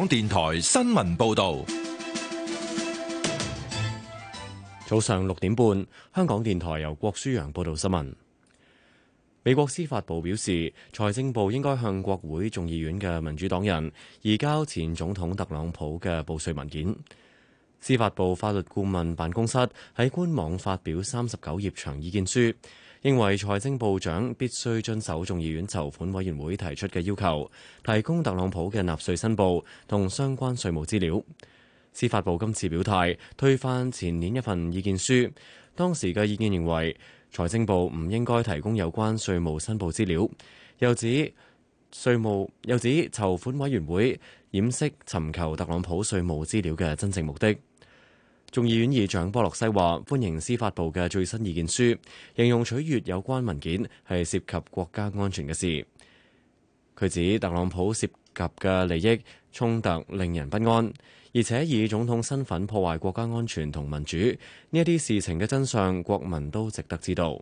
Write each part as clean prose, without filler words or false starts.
電台新聞報道。 早上6點半，香港電台由郭舒揚報道新聞。美國司法部表示，財政部應該向國會眾議院嘅民主黨人移交前總統特朗普嘅報稅文件。司法部法律顧問辦公室喺官網發表39頁長意見書，認為財政部長必須遵守眾議院籌款委員會提出嘅要求，提供特朗普嘅納稅申報同相關稅務資料。司法部今次表態推翻前年一份意見書，當時嘅意見認為財政部唔應該提供有關稅務申報資料，又指籌款委員會掩飾尋求特朗普稅務資料嘅真正目的。眾議院議長波洛西話歡迎司法部嘅最新意見書，形容取閱有關文件係涉及國家安全嘅事。佢指特朗普涉及嘅利益衝突令人不安，而且以總統身份破壞國家安全同民主，呢一啲事情嘅真相，國民都值得知道。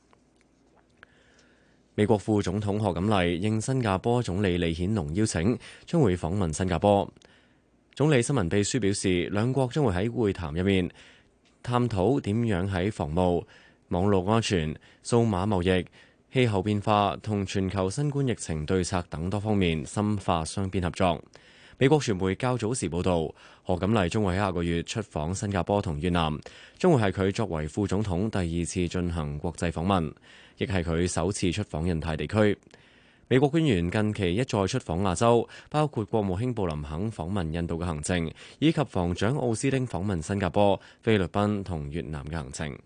美國副總統賀錦麗應新加坡總理李顯龍邀請，將會訪問新加坡。總理新聞秘書表示，兩國將會喺會談入面探討點樣喺防務、網絡安全、數碼貿易、氣候變化同全球新冠疫情對策等多方面深化雙邊合作。美國傳媒較早時報道，賀錦麗將會喺下個月出訪新加坡同越南，將會係佢作為副總統第2次進行國際訪問，亦係佢首次出訪印太地區。美國官員近期一再出訪亞洲，包括國務卿布林肯訪問印度嘅行程，以及防長奧斯汀訪問新加坡、菲律賓同越南嘅行程。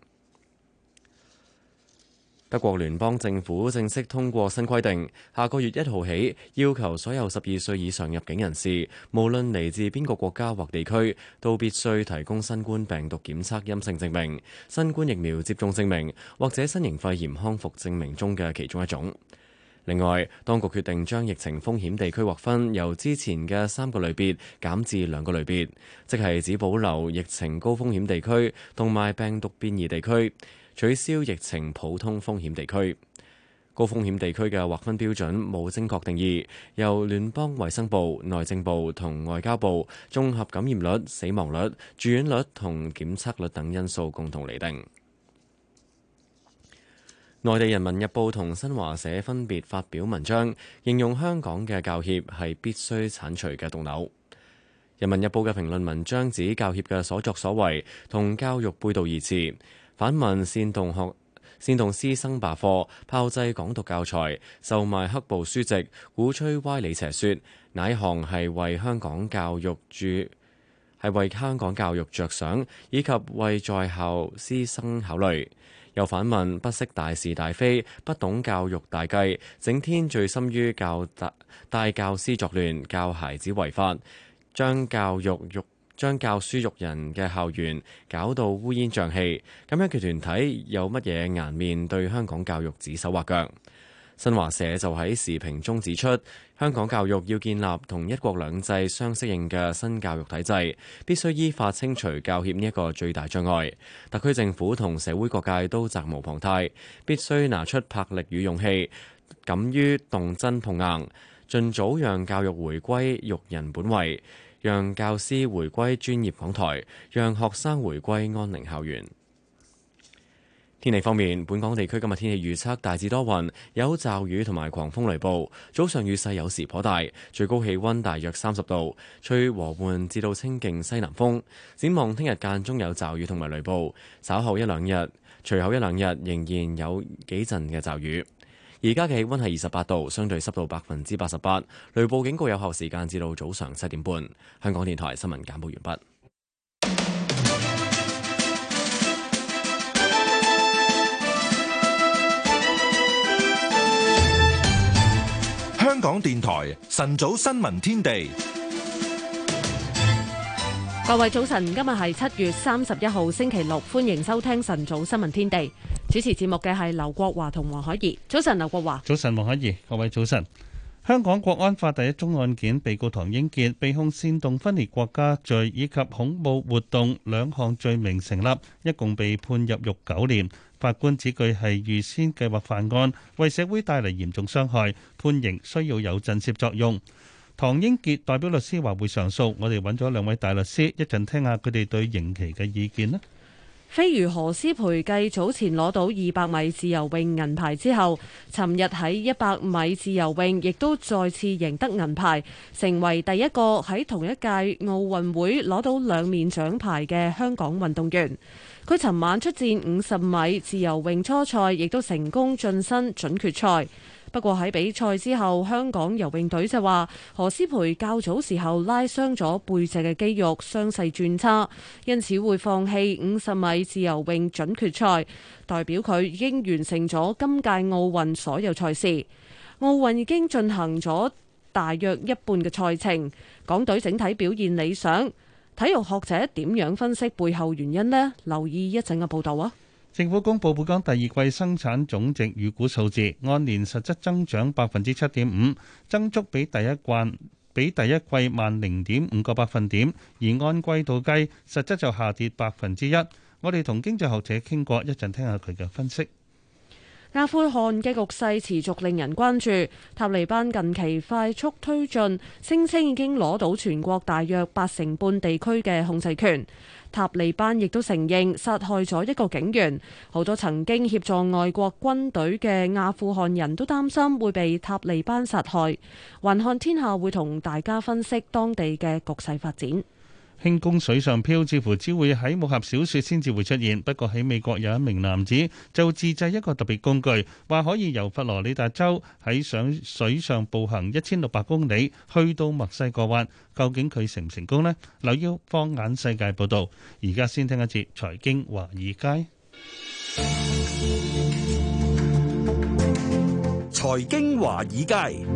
德國聯邦政府正式通過新規定，下個月1號起，要求所有12歲以上入境人士，無論嚟自邊個國家或地區，都必須提供新冠病毒檢測陰性證明、新冠疫苗接種證明或者新型肺炎康復證明中嘅其中一種。另外，當局決定將疫情風險地區劃分由之前嘅3個類別減至2個類別，即係只保留疫情高風險地區同埋病毒變異地區，取消疫情普通風險地區。高風險地區嘅劃分標準冇正確定義，由聯邦衛生部、內政部同外交部綜合感染率、死亡率、住院率同檢測率等因素共同釐定。內地人民日報同新華社分別發表文章，形容香港嘅教協係必須剷除嘅毒瘤。人民日報嘅評論文章指教協嘅所作所為同教育背道而馳，反問煽動師生罷課、炮製港獨教材、售賣黑暴書籍、鼓吹歪理邪說，哪一項係為香港教育着想，以及為在校師生考慮？又反問不識大是大非，不懂教育大計，整天醉心於帶教師作亂，教孩子違法，將教書育人嘅校園搞到烏煙瘴氣，咁樣嘅團體有乜嘢顏面對香港教育指手畫腳？新華社就喺時評中指出，香港教育要建立同一國兩制相適應嘅新教育體制，必須依法清除教協呢一個最大障礙。特區政府同社會各界都責無旁貸，必須拿出魄力與勇氣，敢於動真碰硬，盡早讓教育回歸育人本位，讓教師回歸專業講台，讓學生回歸安寧校園。天氣方面，本港地區今日天氣預測大致多雲，有驟雨同埋狂風雷暴，早上雨勢有時頗大，最高氣溫大約30度，吹和緩至到清勁西南風。展望聽日間中有驟雨同埋雷暴，稍後隨後一兩日仍然有幾陣嘅驟雨。而家嘅氣溫係28度，相對濕度88%，雷暴警告有效時間至到早上7點半。香港電台新聞簡報完畢。 香港電台晨早新聞天地， 各位早晨，今日係7月31號星期六，歡迎收聽晨早新聞天地。主持節目嘅係劉國華同黃海怡。早晨，劉國華。 早晨，黃海怡。各位早晨。香港國安法第一宗案件，被告唐英傑被控煽動分裂國家罪以及恐怖活動2項罪名成立，一共被判入獄9年。法官指佢係預先計劃犯案，為社會帶嚟嚴重傷害，判刑需要有震懾作用。 唐英傑代表律師話會上訴，我哋揾咗2位大律師，一陣聽下佢哋對刑期嘅意見啦。 飛魚何詩蓓繼早前攞到200米自由泳銀牌之後，尋日喺100米自由泳亦都再次贏得銀牌，成為第一個喺同一屆奧運會攞到2面獎牌嘅香港運動員。佢尋晚出戰50米自由泳初賽，亦都成功晉身準決賽。不過喺比賽之後，香港游泳隊就話何詩蓓較早時候拉傷咗背脊嘅肌肉，傷勢轉差，因此會放棄50米自由泳準決賽，代表佢已經完成咗今屆奧運所有賽事。奧運已經進行咗大約一半嘅賽程，港隊整體表現理想。體育學者點樣分析背後原因呢？留意一陣嘅報道啊！ 政府公布本港第二季生產總值預估數字，按年實質增長7.5%，增速比第一季慢0.5個百分點，而按季度計，實質就下跌1%。我哋同經濟學者傾過，一陣聽下佢嘅分析。 阿富汗嘅局勢持續令人關注，塔利班近期快速推進，聲稱已經攞到全國大約80%半地區嘅控制權。塔利班亦都承認殺害咗一個警員，好多曾經協助外國軍隊嘅阿富汗人都擔心會被塔利班殺害。環看天下會同大家分析當地嘅局勢發展。 輕功水上漂似乎只會喺武俠小說先至會出現，不過喺美國有一名男子就自製一個特別工具，話可以由佛羅里達州喺上水上步行1600公里去到墨西哥灣。究竟佢成唔成功呢？留意放眼世界報道。而家先聽一節財經華爾街。 財經華爾街。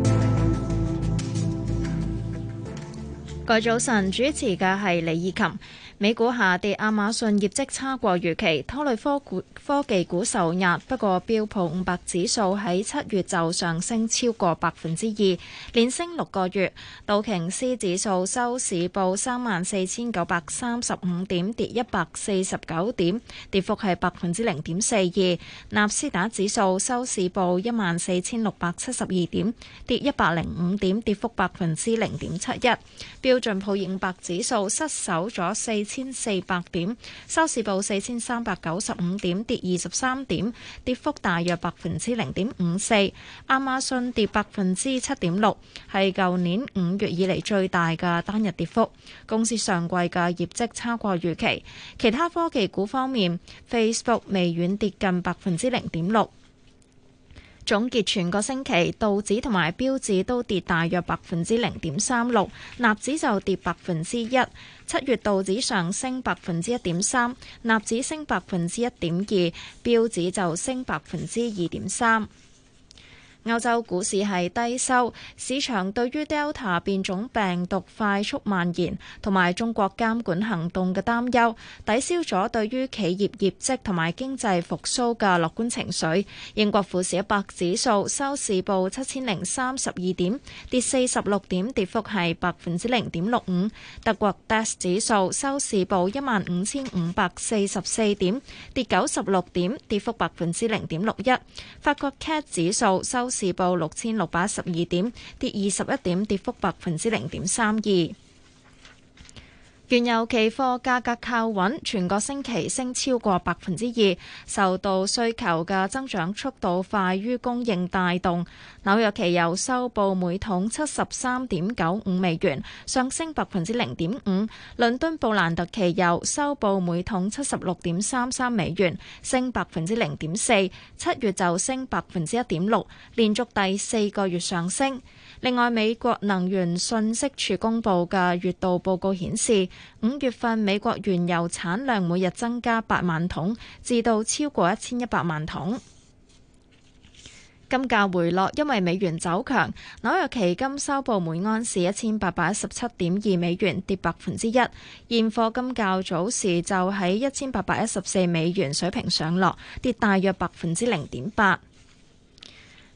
各位早晨，主持嘅係李以琴。美股下跌，亞馬遜業績差過預期，拖累科技股受壓。不過標普500指數喺7月就上升超過2%，連升6個月。道瓊斯指數收市報34,935點，跌149點，跌幅係0.42%。納斯達指數收市報14,672點，跌105點，跌幅0.71%。標準普爾500指數失守咗4,400點，收市報4,395點，跌23點，跌幅大約0.54%。亞馬遜跌7.6%，係舊年5月以嚟最大嘅單日跌幅。公司上季嘅業績差過預期。其他科技股方面 ，Facebook 微軟跌近0.6%。總結全個星期，道指同埋標指都跌大約0.36%，納指就跌1%。7月道指上升1.3%，納指升1.2%，標指就升2.3%。歐洲股市係低收，市場對於 Delta 變種病毒快速蔓延同埋中國監管行動嘅擔憂，抵消咗對於企業業績同埋經濟復甦嘅樂觀情緒。英國富時100指數收市報7032點，跌46點，跌幅係0.65%。德國 DAX 指數收市報15544點，跌96點，跌幅0.61%。法國 CAC 指數收市報6612點，跌21點，跌幅0.32%。原油期貨價格靠穩，全個星期升超過2%，受到需求嘅增長速度快於供應帶動。紐約期油收報每桶73.95美元，上升0.5%。倫敦布蘭特期油收報每桶76.33美元，升0.4%。7月就升1.6%，連續第4個月上升。另外，美國能源信息署公布嘅月度報告顯示，5月份美國原油產量每日增加8萬桶，至到超過1100萬桶。金價回落，因為美元走強。紐約期金收報每盎司1817.2美元，跌1%。現貨金較早時就喺1814美元水平上落，跌大約0.8%。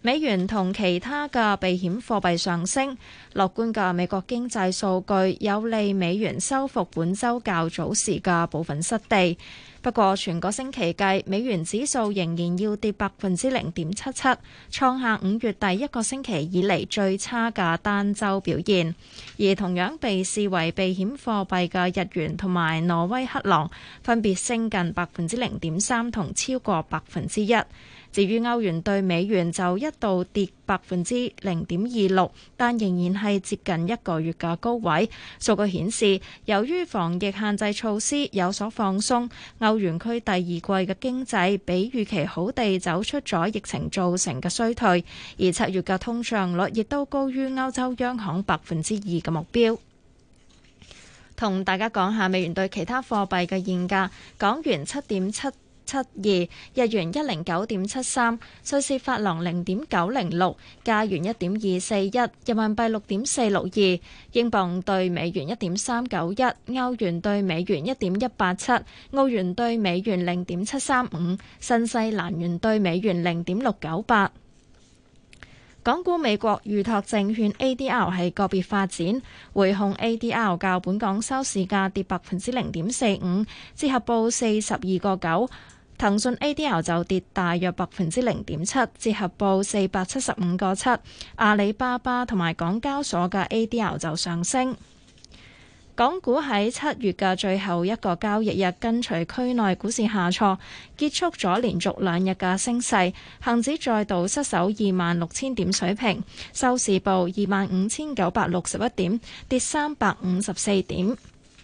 美元同其他嘅避險貨幣上升，樂觀嘅美國經濟數據有利美元收復本週較早時嘅部分失地。不過，全個星期計，美元指數仍然要跌0.77%，創下5月第一個星期以嚟最差嘅單週表現。而同樣被視為避險貨幣嘅日元同埋挪威克朗，分別升近0.3%同超過1%。至於歐元對美元就一度跌0.26%，但仍然係接近一個月嘅高位。數據顯示，由於防疫限制措施有所放鬆，歐元區第二季嘅經濟比預期好地走出咗疫情造成嘅衰退，而7月嘅通脹率亦都高於歐洲央行2%嘅目標。同大家講下美元對其他貨幣嘅現價，港元7.72，日元109.73，瑞士法郎0.906，加元1.241，人民幣6.462，英鎊對美元1.391，歐元對美元1.187，澳元對美元0.735，新西蘭元對美元0.698。港股美國預託證券 ADR 係個別發展，匯控 ADR 較本港收市價跌0.45%，折合報42個9。騰訊 ADR 就跌大約0.7%，折合報475個7。阿里巴巴同埋港交所嘅 ADR 就上升。港股喺7月嘅最後一個交易日，跟隨區內股市下挫，結束咗連續2日嘅升勢。恒指再度失守26,000點水平，收市報25,961點，跌354點。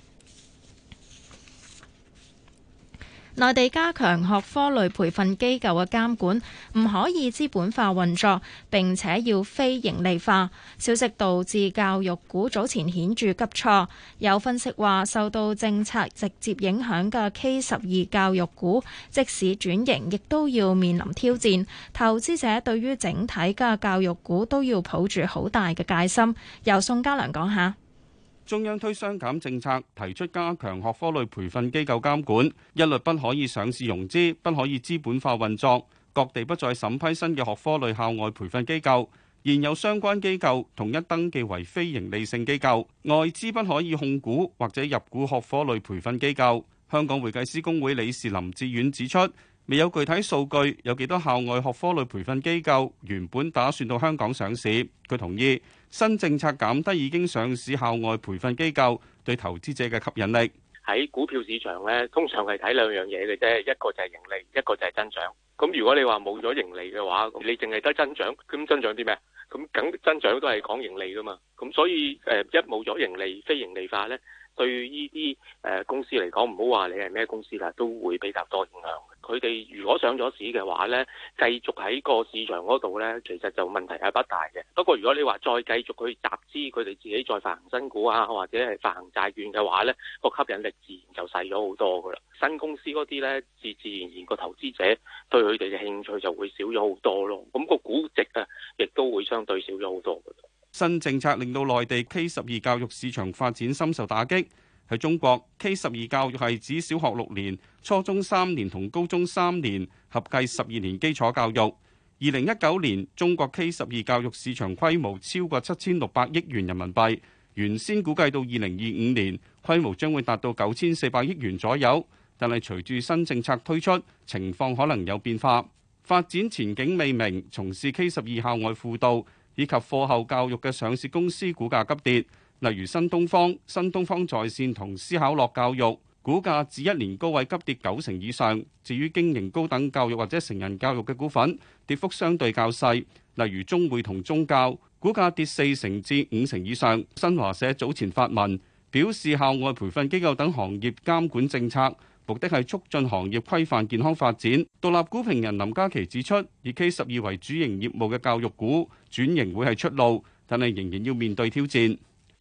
內地加強學科類培訓機構嘅監管，唔可以資本化運作，並且要非盈利化。消息導致教育股早前顯著急挫，有分析話受到政策直接影響嘅 K12 教育股，即使轉型，亦都要面臨挑戰。投資者對於整體嘅教育股都要抱住好大嘅戒心。由宋家良講下。 中央推雙減政策，提出加強學科類培訓機構監管，一律不可以上市融資，不可以資本化運作，各地不再審批新嘅學科類校外培訓機構，現有相關機構統一登記為非營利性機構，外資不可以控股或者入股學科類培訓機構。香港會計師公會理事林志遠指出，未有具體數據有幾多校外學科類培訓機構原本打算到香港上市。佢同意新政策減低已經上市校外培訓機構對投資者嘅吸引力。 喺股票市場咧，通常係睇兩樣嘢嘅啫，一個就係盈利，一個就係增長。咁如果你話冇咗盈利嘅話，你淨係得增長，咁增長啲咩？咁梗增長都係講盈利噶嘛。咁所以一冇咗盈利，非盈利化咧，對呢啲公司嚟講，唔好話你係咩公司啦，都會比較多影響。佢哋如果上咗市嘅話咧，繼續喺個市場嗰度咧，其實就問題係不大嘅。不過如果你話再繼續去集資，佢哋自己再發行新股啊，或者係發行債券嘅話咧，個吸引力自然就細咗好多噶啦。新公司嗰啲咧，自然個投資者對佢哋嘅興趣就會少咗好多咯。咁個估值啊，亦都會相對少咗好多噶。 新政策令到內地 K12 教育市場發展深受打擊。喺中國 K12 教育係指小學6年、初中3年同高中3年，合計12年基礎教育。2019年中國 K12 教育市場規模超過7600億元人民幣，原先估計到2025年規模將會達到9400億元左右，但係隨住新政策推出，情況可能有變化。發展前景未明，從事 K12 校外輔導以及課後教育嘅上市公司股價急跌。例如新東方在線同思考樂教育股價自1年高位急跌90%以上。至於經營高等教育或者成人教育嘅股份，跌幅相對較細。例如中匯同中教股價跌40%至50%以上。新華社早前發文表示，校外培訓機構等行業監管政策目的係促進行業規範健康發展。獨立股評人林嘉琪指出，以 K12 為主營業務嘅教育股轉型會係出路，但係仍然要面對挑戰。 成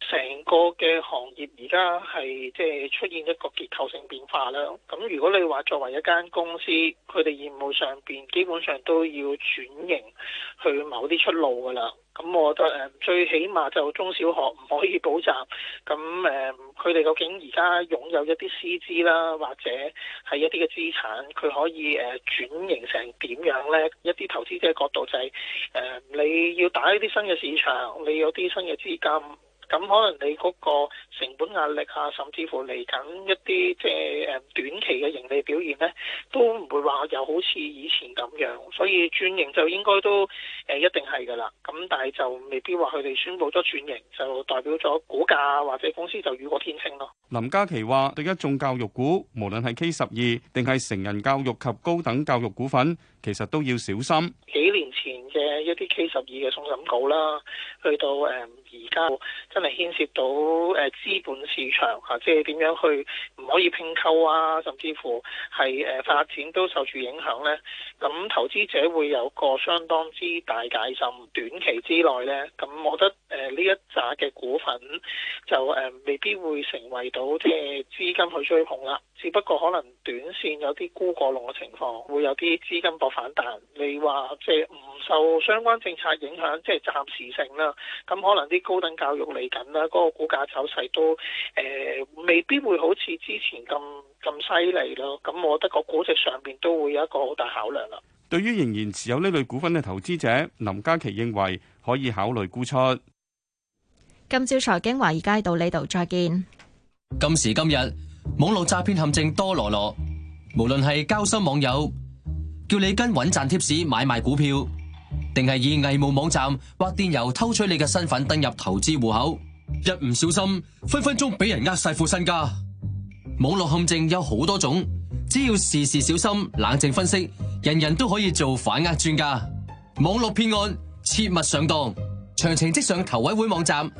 個嘅行業而家係即係出現一個結構性變化啦。咁如果你話作為一間公司，佢哋業務上邊基本上都要轉型去某啲出路㗎啦。咁我覺得最起碼就中小學唔可以補習。咁佢哋究竟而家擁有一啲師資啦，或者係一啲嘅資產，佢可以轉型成點樣呢？一啲投資者角度就係你要打一啲新嘅市場，你有啲新嘅資金。咁可能你嗰個成本壓力啊，甚至乎嚟緊一啲即係短期嘅盈利表現呢，都唔會話又好似以前咁樣，所以轉型就應該都一定係㗎啦。咁但係就未必話佢哋宣布咗轉型，就代表咗股價或者公司就雨過天晴咯。 林嘉琪話：對一眾教育股，無論係 K12定係成人教育及高等教育股份，其實都要小心。 幾年前嘅一啲 K12嘅送審稿啦，去到而家真係牽涉到資本市場嚇，即係點樣去唔可以併購啊，甚至乎係發展都受住影響呢。咁投資者會有個相當之大戒心，短期之內呢，咁我覺得呢一紮嘅股份就未必會成為到即係資金去追捧啦。只不過可能短線有啲沽過龍嘅情況，會有啲資金博反彈。你話即係唔受相關政策影響，即係暫時性啦。咁可能啲高等教育嚟緊啦，嗰個股價走勢都未必會好似之前咁犀利咯。咁我覺得個估值上邊都會有一個好大考量啦。 對於仍然持有呢類股份嘅投資者，林嘉琪認為可以考慮沽出。 今朝財經華爾街到呢度再見。 今時今日，網絡詐騙陷阱多羅羅，無論係交心網友叫你跟穩賺貼士買賣股票，定係以偽冒網站或電郵偷取你嘅身份登入投資戶口，一唔小心分分鐘俾人呃晒副身家。網絡陷阱有好多種，只要事事小心，冷靜分析，人人都可以做反呃專家。網絡騙案切勿上當，詳情即上投委會網站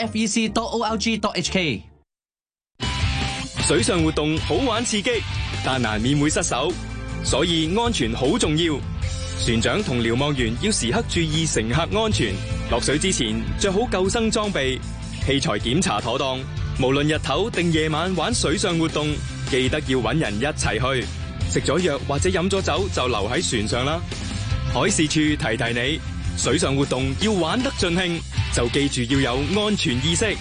ifec.org.hk。 水上活動好玩刺激，但難免會失手，所以安全好重要。船長同瞭望員要時刻注意乘客安全，落水之前着好救生裝備，器材檢查妥當。無論日頭定夜晚玩水上活動，記得要搵人一齊去。食咗藥或者飲咗酒就留喺船上啦。海事處提提你，水上活動要玩得盡興，就記住要有安全意識。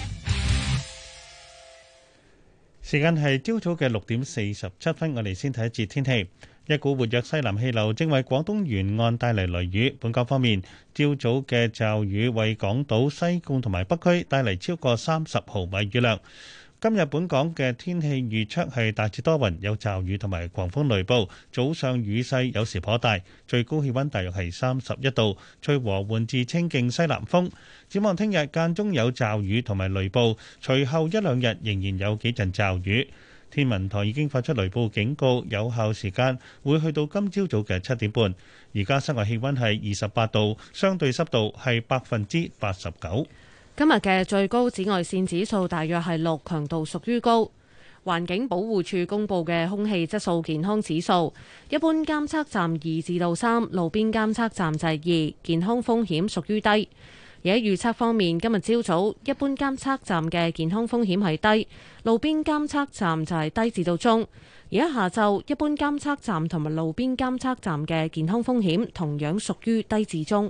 時間係朝早嘅6:47，我哋先睇一節天氣。一股活躍西南氣流正為廣東沿岸帶嚟雷雨。本港方面，朝早嘅驟雨為港島、西貢同埋北區帶嚟超過30毫米雨量。今日本港嘅天氣預測係大致多雲，有驟雨同埋狂風雷暴，早上雨勢有時頗大，最高氣溫大約係31度，吹和緩至清勁西南風。展望聽日間中有驟雨同埋雷暴，隨後一兩日仍然有幾陣驟雨。天文台已經發出雷暴警告，有效時間會去到今朝早嘅7點半。而家室外氣溫係28度，相對濕度係89%。 今日嘅最高紫外線指數大約係6，強度屬於高。環境保護署公布嘅空氣質素健康指數，一般監測站2至到3，路邊監測站就係2，健康風險屬於低。而喺預測方面，今日朝早一般監測站嘅健康風險係低，路邊監測站就係低至到中。而喺下晝，一般監測站同埋路邊監測站嘅健康風險同樣屬於低至中。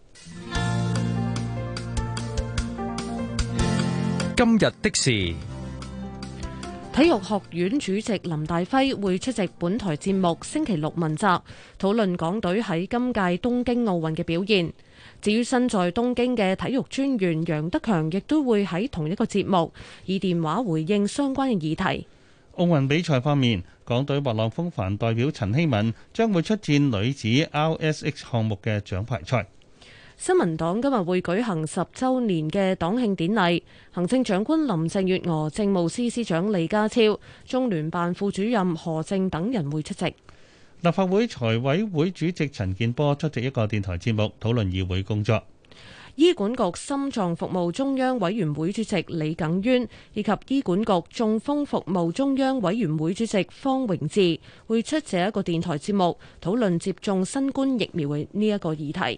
今日的事， 體育學院主席林大輝會出席本台節目星期六問責，討論港隊喺今屆東京奧運嘅表現。至於身在東京嘅體育專員楊德強，亦都會喺同一個節目以電話回應相關嘅議題。 奧運比賽方面，港隊滑浪風帆代表陳希文將會出戰女子 RSX 項目嘅獎牌賽。 新民黨今日會舉行10週年嘅黨慶典禮，行政長官林鄭月娥、政務司司長李家超、中聯辦副主任何靖等人會出席。 立法會財委會主席陳健波出席一個電台節目，討論議會工作。 醫管局心臟服務中央委員會主席李耿淵以及醫管局中風服務中央委員會主席方榮志會出席一個電台節目，討論接種新冠疫苗嘅呢一個議題。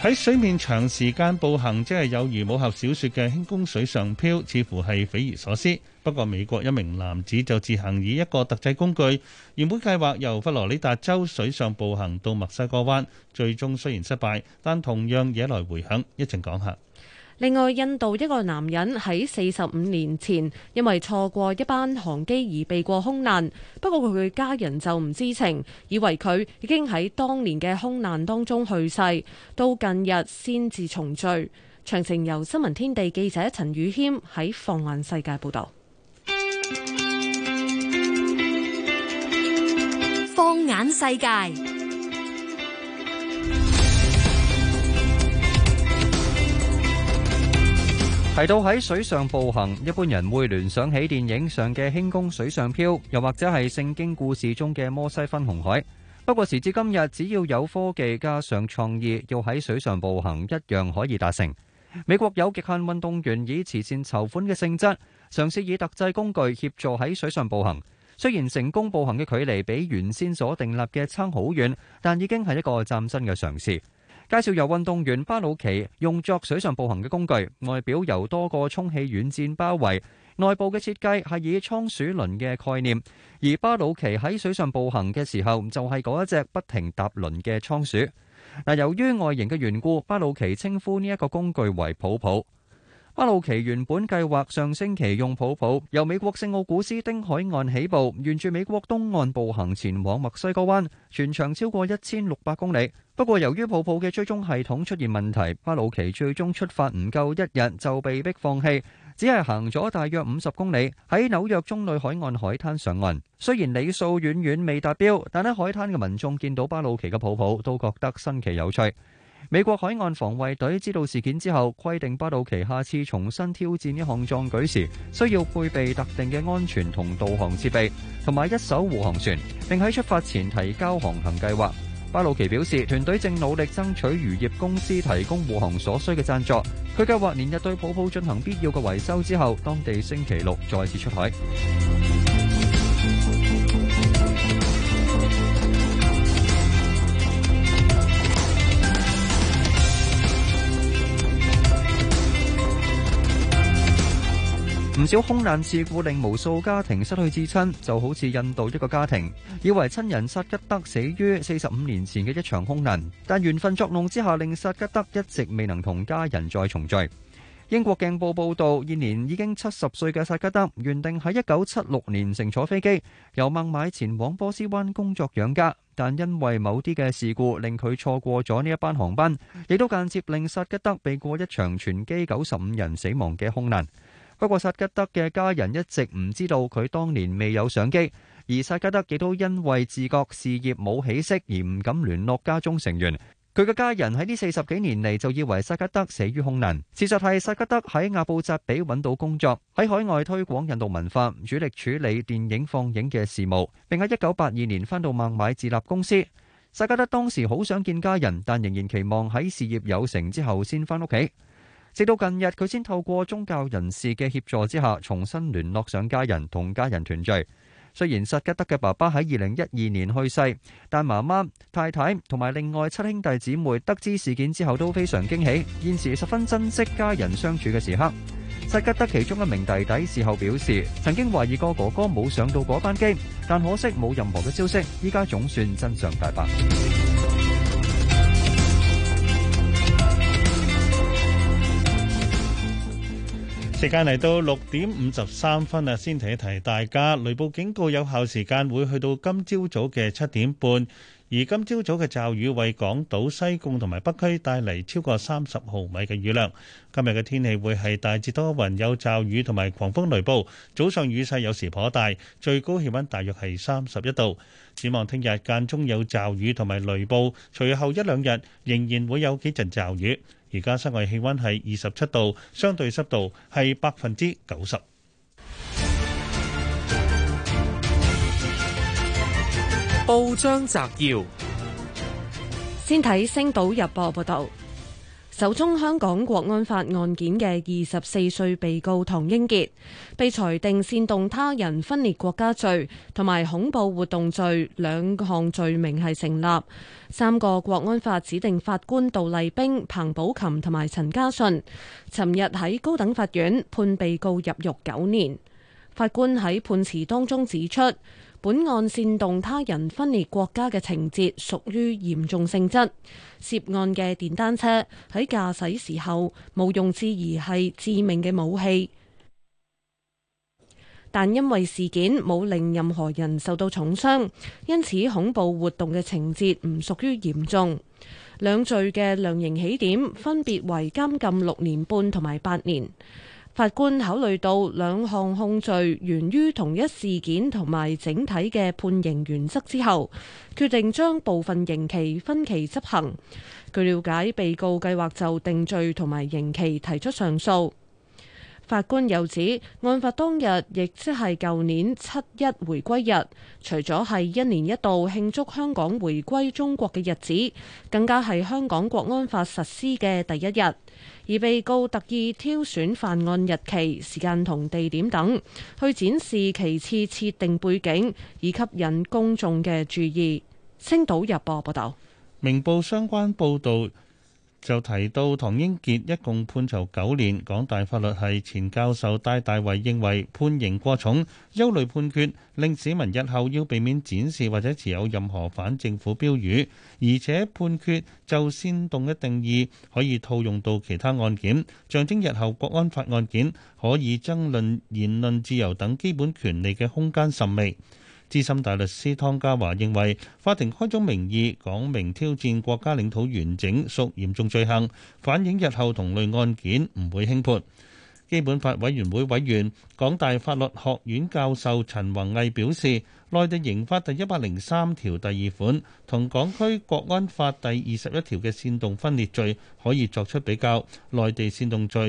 喺水面長時間步行，即係有如武俠小說嘅輕功水上漂，似乎係匪夷所思。不過美國一名男子就自行以一個特製工具，原本計劃由佛羅里達州水上步行到墨西哥灣，最終雖然失敗，但同樣惹來迴響。一陣講下。 另外，印度一個男人喺45年前因為錯過一班航機而避過空難，不過佢嘅家人就唔知情，以為佢已經喺當年嘅空難當中去世，到近日先至重聚。詳情由新聞天地記者陳宇謙喺放眼世界報導。 放眼世界。提到喺水上步行，一般人會聯想起電影上嘅輕功水上漂，又或者係聖經故事中嘅摩西分紅海。不過時至今日，只要有科技加上創意，要喺水上步行一樣可以達成。美國有極限運動員以慈善籌款嘅性質，嘗試以特製工具協助喺水上步行。雖然成功步行嘅距離比原先所訂立嘅差好遠，但已經係一個嶄新嘅嘗試。介紹由運動員巴魯奇用作水上步行嘅工具，外表由多個充氣軟墊包圍，內部嘅設計係以倉鼠輪嘅概念，而巴魯奇喺水上步行嘅時候就係嗰一隻不停踏輪嘅倉鼠。由於外形嘅緣故，巴魯奇稱呼呢一個工具為泡泡。巴魯奇原本計劃上星期用泡泡由美國聖奧古斯丁海岸起步，沿住美國東岸步行前往墨西哥灣，全長超過1600公里。不過由於泡泡嘅追蹤系統出現問題，巴魯奇最終出發唔夠一日就被迫放棄，只係行咗大約50公里，喺紐約中女海岸海灘上岸。雖然里數遠遠未達標，但喺海灘嘅民眾見到巴魯奇嘅泡泡都覺得新奇有趣。美國海岸防衛隊知道事件之後，規定巴魯奇下次重新挑戰呢項壯舉時，需要配備特定嘅安全同導航設備，同埋一艘護航船，並喺出發前提交航行計劃。巴魯奇表示，團隊正努力爭取漁業公司提供護航所需嘅贊助。佢計劃連日對泡泡進行必要嘅維修之後，當地星期六再次出海。唔少空難事故令無數家庭失去至親，就好似印度一個家庭，以為親人薩吉德死於45年前嘅一場空難，但緣分作弄之下，令薩吉德一直未能同家人再重聚。英國鏡報報導，現年已經70歲嘅薩吉德，原定喺1976年乘坐飛機由孟買前往波斯灣工作養家，但因為某啲嘅事故，令佢錯過咗呢一班航班，亦都間接令薩吉德避過一場全機95人死亡嘅空難。不過薩吉德嘅家人一直唔知道佢當年未有上機，而薩吉德亦都因為自覺事業冇起色而唔敢聯絡家中成員。佢嘅家人喺呢40幾年嚟就以為薩吉德死於空難。事實係薩吉德喺阿布扎比揾到工作，喺海外推廣印度文化，主力處理電影放映嘅事務，並喺1982年返到孟買自立公司。薩吉德當時好想見家人，但仍然期望喺事業有成之後先返屋企。直到近日，佢先透過宗教人士嘅協助之下，重新聯絡上家人，同家人團聚。雖然薩吉德嘅爸爸喺2012年去世，但媽媽、太太同埋另外7兄弟姊妹得知事件之後都非常驚喜，現時十分珍惜家人相處嘅時刻。薩吉德其中一名弟弟事後表示，曾經懷疑過哥哥冇上到嗰班機，但可惜冇任何嘅消息，依家總算真相大白。 時間嚟到6點53分啦，先提一提大家，雷暴警告有效時間會去到今朝早嘅7點半，而今朝早嘅驟雨為港島、西貢同埋北區帶嚟超過30毫米嘅雨量。今日嘅天氣會係大致多雲，有驟雨同埋狂風雷暴，早上雨勢有時頗大，最高氣溫大約係31度。展望聽日間中有驟雨同埋雷暴，隨後一兩日仍然會有幾陣驟雨。而家室外氣溫係27度，相對濕度係90%。 報章摘要， 先睇《星島日報》報道。 首宗香港國安法案件嘅24歲被告唐英傑，被裁定煽動他人分裂國家罪同埋恐怖活動罪2項罪名係成立。3個國安法指定法官杜麗冰、彭寶琴同埋陳家信，尋日喺高等法院判被告入獄9年。法官喺判詞當中指出，本案煽動他人分裂國家嘅情節屬於嚴重性質，涉案嘅電單車喺駕駛時候毋庸置疑係致命嘅武器，但因為事件冇令任何人受到重傷，因此恐怖活動嘅情節唔屬於嚴重。兩罪嘅量刑起點分別為監禁6年半同埋8年。法官考慮到2項控罪源於同一事件同埋整體嘅判刑原則之後，決定將部分刑期分期執行。據了解，被告計劃就定罪同埋刑期提出上訴。法官又指，案發當日亦即係舊年7·1回歸日，除咗係1年1度慶祝香港回歸中國嘅日子，更加係香港國安法實施嘅第一日。而被告特意挑選犯案日期、時間同地點等，去展示其次設定背景，以吸引公眾嘅注意。星島日報報道。 明報相關報導就提到，唐英傑一共判囚9年。港大法律系前教授戴大為認為判刑過重，憂慮判決令市民日後要避免展示或者持有任何反政府標語，而且判決就煽動嘅定義可以套用到其他案件，象徵日後國安法案件可以爭論言論自由等基本權利嘅空間甚微。資深大律師湯家驊認為，法庭開宗明義講明挑戰國家領土完整屬嚴重罪行，反映日後同類案件唔會輕判。基本法委員會委員、港大法律學院教授陳宏毅表示，內地刑法第103條第2款同港區國安法第21條嘅煽動分裂罪可以作出比較。內地煽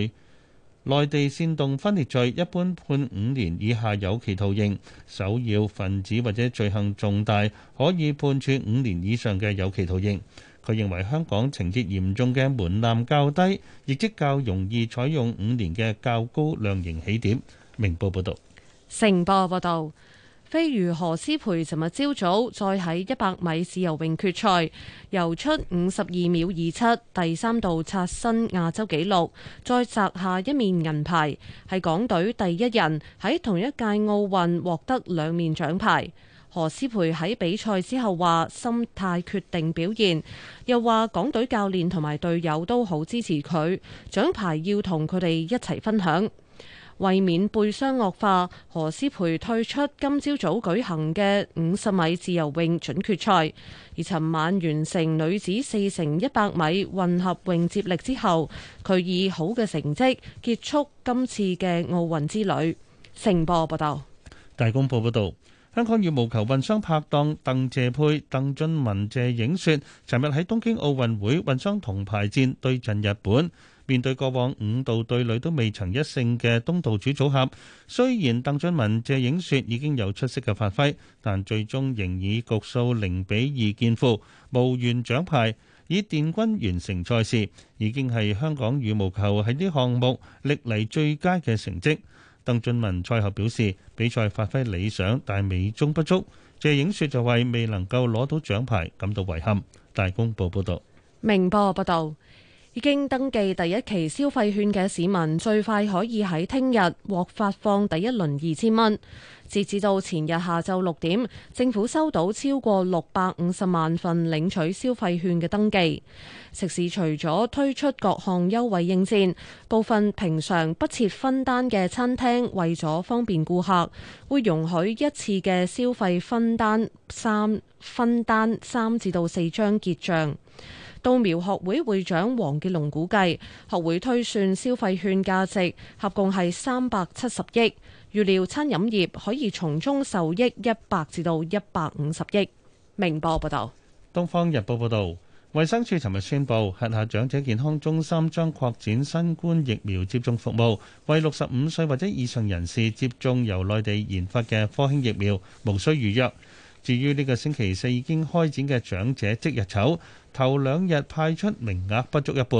動分裂罪一般判5年以下有期徒刑，首要分子或者罪行重大可以判處5年以上嘅有期徒刑。佢認為香港情節嚴重嘅門檻較低，亦即較容易採用5年嘅較高量刑起點。明報報道。 成報報道。飛魚何詩蓓尋日朝早再喺100米自由泳決賽游出52秒27，第3度刷新亞洲紀錄，再摘下一面銀牌，係港隊第一人喺同一屆奧運獲得2面獎牌。何詩蓓喺比賽之後話心態決定表現，又話港隊教練同埋隊友都好支持佢，獎牌要同佢哋一齊分享。為免背傷惡化，何詩蓓退出今朝早舉行嘅50米自由泳準決賽，而尋晚完成女子4乘100米混合泳接力之後，佢以好嘅成績結束今次嘅奧運之旅。成報報道。 大公報報道，香港羽毛球混雙拍檔鄧謝配、鄧俊文、謝影雪尋日喺東京奧運會混雙銅牌戰對陣日本。面對過往5度對壘都未曾一勝嘅東道主組合，雖然鄧俊文、謝影雪已經有出色嘅發揮，但最終仍以局數0-2見負，無緣獎牌，以殿軍完成賽事，已經係香港羽毛球喺呢項目歷嚟最佳嘅成績。鄧俊文賽後表示，比賽發揮理想，但美中不足。謝影雪就為未能夠攞到獎牌感到遺憾。大公報報道。 明報報道。已經登記第一期消費券嘅市民，最快可以喺聽日獲發放第一輪2000蚊。截至到前日下晝6點，政府收到超過650萬份領取消費券嘅登記。食肆除咗推出各項優惠應戰，部分平常不設分單嘅餐廳，為咗方便顧客，會容許一次嘅消費分單3至到4張結帳。稻苗學會會長黃傑龍估計，學會推算消費券價值合共係370億，預料餐飲業可以從中受益100至到150億。明報報道。 東方日報報道，衛生署尋日宣布，轄下長者健康中心將擴展新冠疫苗接種服務，為65歲或者以上人士接種由內地研發嘅科興疫苗，無需預約。至於呢個星期4已經開展嘅長者即日籌，頭2日派出名額不足一半，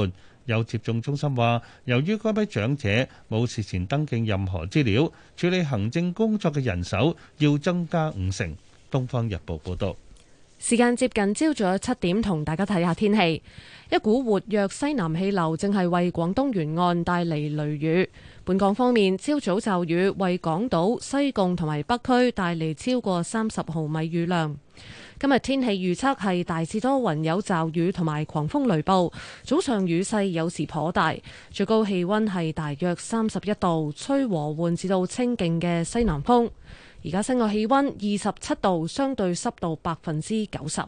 有接種中心話，由於該批長者冇事前登記任何資料，處理行政工作嘅人手要增加50%。《東方日報》報道。 時間接近朝早7點，同大家睇下天氣。一股活躍西南氣流正係為廣東沿岸帶嚟雷雨。本港方面，朝早驟雨為港島、西貢同埋北區帶嚟超過30毫米雨量。今日天氣預測係大致多雲有驟雨同埋狂風雷暴，早上雨勢有時頗大，最高氣溫係大約31度，吹和緩至到清勁嘅西南風。而家室外氣溫27度，相對濕度90%。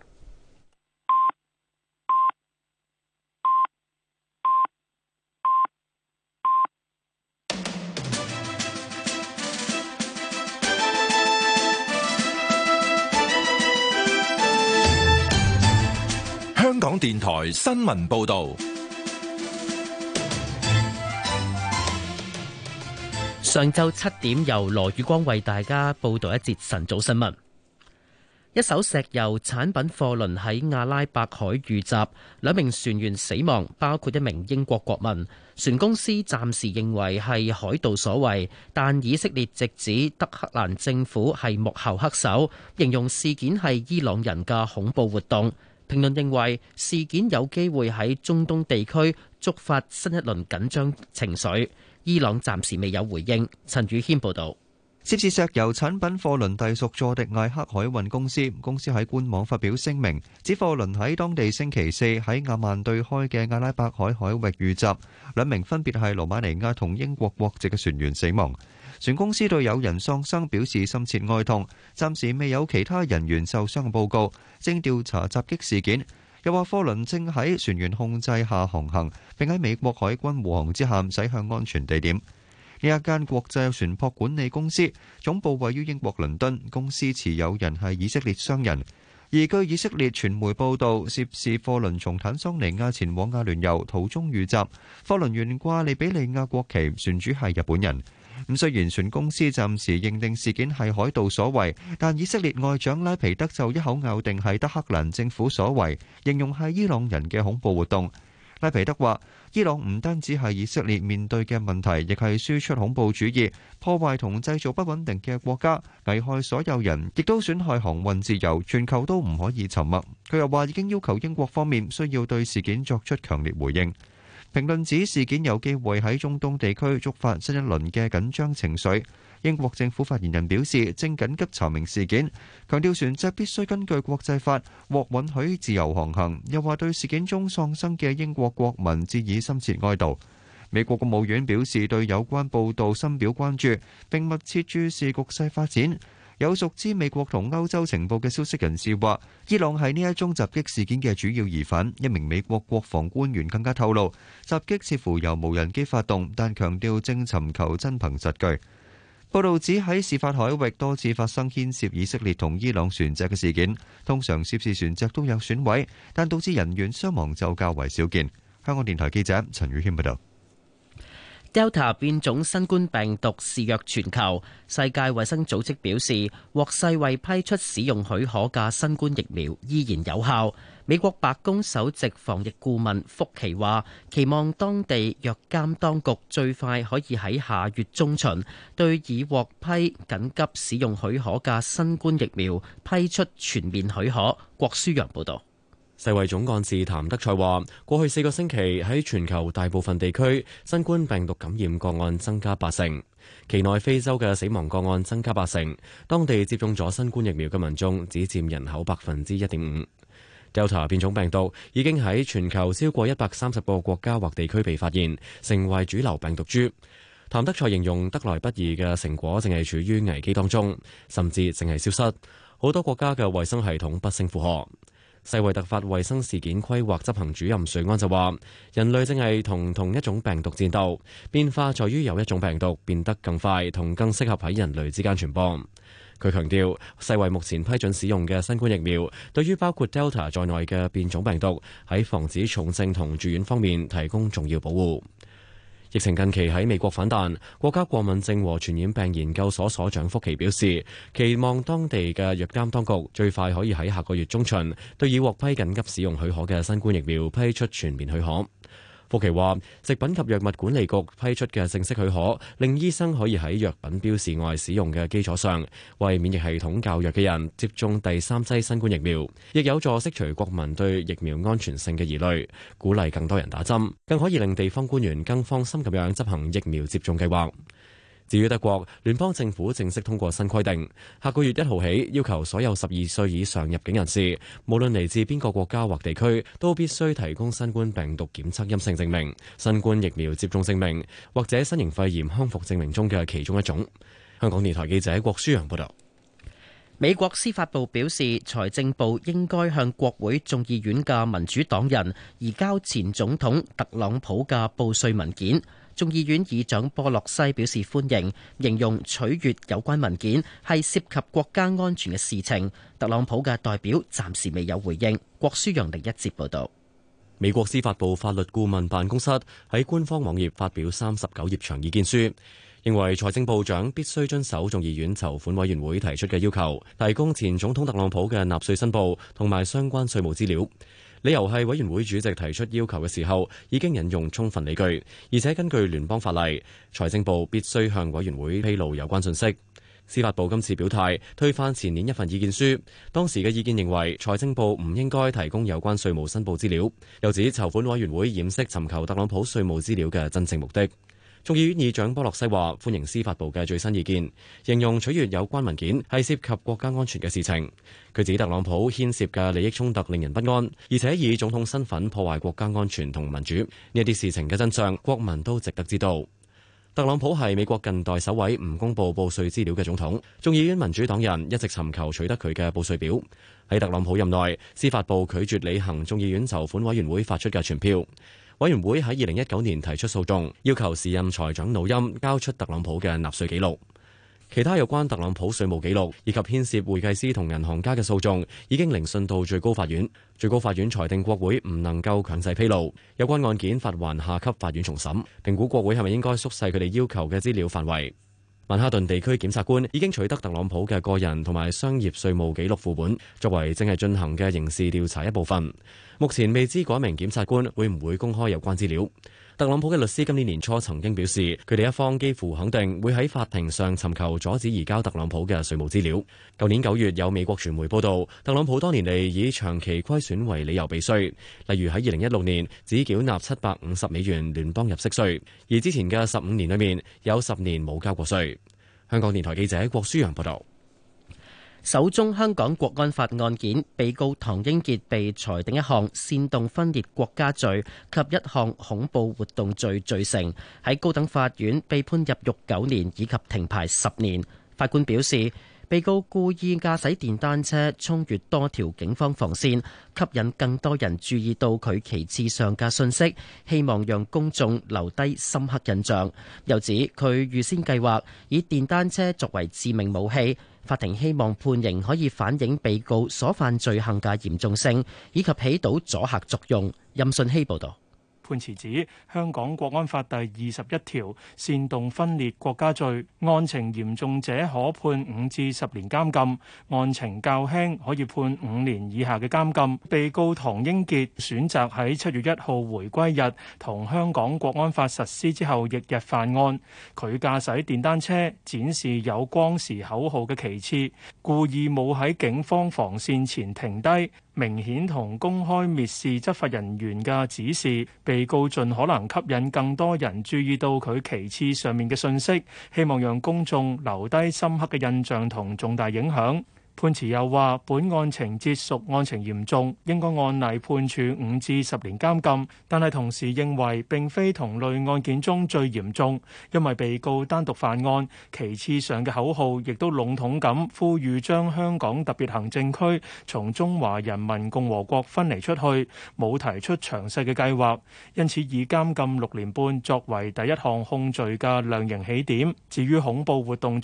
香港電台新聞報道。 上晝7點，由羅宇光為大家報道一節晨早新聞。一艘石油產品貨輪喺阿拉伯海遇襲，2名船員死亡，包括1名英國國民。船公司暫時認為係海盜所為，但以色列直指德黑蘭政府係幕後黑手，形容事件係伊朗人嘅恐怖活動。評論認為事件有機會喺中東地區觸發新一輪緊張情緒。伊朗暫時未有回應。陳宇軒報導。 涉事石油產品貨輪隸屬佐迪艾克海運公司，公司喺官網發表聲明，指貨輪喺當地星期四喺亞曼對開嘅阿拉伯海海域遇襲，2名分別係羅馬尼亞同英國國籍嘅船員死亡。船公司對有人喪生表示深切哀痛，暫時未有其他人員受傷嘅報告，正調查襲擊事件。又話貨輪正喺船員控制下航行，並喺美國海軍護航之下駛向安全地點。呢一間國際船舶管理公司總部位於英國倫敦，公司持有人係以色列商人。而據以色列傳媒報道，涉事貨輪從坦桑尼亞前往阿聯酋途中遇襲，貨輪懸掛利比里亞國旗，船主係日本人。雖然船公司暫時認定事件係海盜所為，但以色列外長拉皮德就一口咬定係德黑蘭政府所為，形容係伊朗人嘅恐怖活動。拉皮德話，伊朗唔單止係以色列面對嘅問題，亦係輸出恐怖主義、破壞同製造不穩定嘅國家，危害所有人，亦都損害航運自由，全球都唔可以沉默。佢又話已經要求英國方面需要對事件作出強烈回應。評論指事件有機會喺中東地區觸發新一輪嘅緊張情緒。英國政府發言人表示，正緊急查明事件，強調船隻必須根據國際法獲允許自由航行。又話對事件中喪生嘅英國國民致以深切哀悼。美國國務院表示對有關報道深表關注，並密切注視局勢發展。有熟知美國同歐洲情報嘅消息人士話，伊朗係呢一宗襲擊事件嘅主要疑犯。一名美國國防官員更加透露，襲擊似乎由無人機發動，但強調正尋求真憑實據。報道指喺事發海域多次發生牽涉以色列同伊朗船隻嘅事件，通常涉事船隻都有損毀，但導致人員傷亡就較為少見。香港電台記者陳宇軒報道。 Delta 變種新冠病毒肆虐全球，世界衛生組織表示，獲世衛批出使用許可嘅新冠疫苗依然有效。美國白宮首席防疫顧問福奇話，期望當地藥監當局最快可以喺下月中旬對已獲批緊急使用許可嘅新冠疫苗批出全面許可。郭舒陽報導。 世衛總幹事譚德塞話，過去4個星期喺全球大部分地區，新冠病毒感染個案增加80%，期內非洲嘅死亡個案增加80%，當地接種咗新冠疫苗嘅民眾只佔人口1.5%。Delta 變種病毒已經喺全球超過130個國家或地區被發現，成為主流病毒株。譚德塞形容得來不易嘅成果正係處於危機當中，甚至正係消失，好多國家嘅衛生系統不勝負荷。世衛突發衛生事件規劃執行主任瑞安就話，人類正係同一種病毒戰鬥，變化在於有一種病毒變得更快同更適合喺人類之間傳播。佢強調，世衛目前批准使用嘅新冠疫苗，對於包括 Delta 在內嘅變種病毒喺防止重症同住院方面提供重要保護。疫情近期喺美國反彈，國家過敏症和傳染病研究所所長福奇表示，期望當地嘅藥監當局最快可以喺下個月中旬對已獲批緊急使用許可嘅新冠疫苗批出全面許可。 福奇話，食品及藥物管理局批出嘅正式許可，令醫生可以喺藥品標示外使用嘅基礎上，為免疫系統較弱嘅人接種第3劑新冠疫苗，亦有助釋除國民對疫苗安全性嘅疑慮，鼓勵更多人打針，更可以令地方官員更放心咁樣執行疫苗接種計劃。至於德國，聯邦政府正式通過新規定，下個月1號起，要求所有12歲以上入境人士，無論嚟自邊個國家或地區，都必須提供新冠病毒檢測陰性證明、新冠疫苗接種證明或者新型肺炎康復證明中嘅其中一種。香港電台記者郭舒揚報道。 美國司法部表示，財政部應該向國會眾議院嘅民主黨人移交前總統特朗普嘅報稅文件。眾議院議長波洛西表示歡迎，形容取閱有關文件係涉及國家安全嘅事情。特朗普嘅代表暫時未有回應。郭舒揚另一節報道。 美國司法部法律顧問辦公室喺官方網頁發表39頁長意見書，認為財政部長必須遵守眾議院籌款委員會提出嘅要求，提供前總統特朗普嘅納稅申報同埋相關稅務資料。理由係委員會主席提出要求嘅時候已經引用充分理據，而且根據聯邦法例，財政部必須向委員會披露有關信息。司法部今次表態推翻前年一份意見書，當時嘅意見認為財政部唔應該提供有關稅務申報資料，又指籌款委員會掩飾尋求特朗普稅務資料嘅真正目的。眾議院議長波洛西話歡迎司法部嘅最新意見，形容取閱有關文件係涉及國家安全嘅事情。佢指特朗普牽涉嘅利益衝突令人不安，而且以總統身份破壞國家安全同民主，呢一啲事情嘅真相，國民都值得知道。特朗普係美國近代首位唔公佈報稅資料嘅總統，眾議院民主黨人一直尋求取得佢嘅報稅表。喺特朗普任內，司法部拒絕履行眾議院籌款委員會發出嘅傳票。委員會喺2019年提出訴訟，要求時任財長努欽交出特朗普嘅納稅記錄。其他有關特朗普稅務記錄以及牽涉會計師同銀行家嘅訴訟已經聆訊到最高法院。最高法院裁定國會唔能夠強制披露有關案件，發還下級法院重審，評估國會係咪應該縮細佢哋要求嘅資料範圍。曼哈頓地區檢察官已經取得特朗普嘅個人同埋商業稅務記錄副本，作為正係進行嘅刑事調查一部分。目前未知嗰名檢察官會唔會公開有關資料。特朗普嘅律師今年年初曾經表示，佢哋一方幾乎肯定會喺法庭上尋求阻止移交特朗普嘅稅務資料。舊年9月有美國傳媒報道，特朗普多年嚟以長期虧損為理由避稅，例如喺2016年只繳納750美元聯邦入息稅，而之前嘅15年裏面有10年冇交過稅。香港電台記者郭舒揚報道。 首宗香港國安法案件，被告唐英傑被裁定一項煽動分裂國家罪及一項恐怖活動罪罪成，喺高等法院被判入獄9年以及停牌10年。法官表示，被告故意駕駛電單車衝越多條警方防線，吸引更多人注意到佢旗幟上嘅信息，希望讓公眾留低深刻印象。又指佢預先計劃以電單車作為致命武器。法庭希望判刑可以反映被告所犯罪行嘅嚴重性，以及起到阻嚇作用。任信希報導。 判詞指香港國安法第21條煽動分裂國家罪，案情嚴重者可判5至10年監禁，案情較輕可以判5年以下嘅監禁。被告唐英傑選擇喺7月1號回歸日同香港國安法實施之後翌日犯案。佢駕駛電單車展示有光時口號嘅旗幟，故意冇喺警方防線前停低，明顯同公開蔑視執法人員嘅指示。被告盡可能吸引更多人注意到佢旗幟上面嘅信息，希望讓公眾留低深刻嘅印象同重大影響。判詞又話，本案情節屬案情嚴重，應該按例判處5至10年監禁，但係同時認為並非同類案件中最嚴重，因為被告單獨犯案，旗幟上嘅口號亦都籠統咁呼籲將香港特別行政區從中華人民共和國分離出去，冇提出詳細嘅計劃，因此以監禁6年半作為第一項控罪嘅量刑起點。至於恐怖活動罪，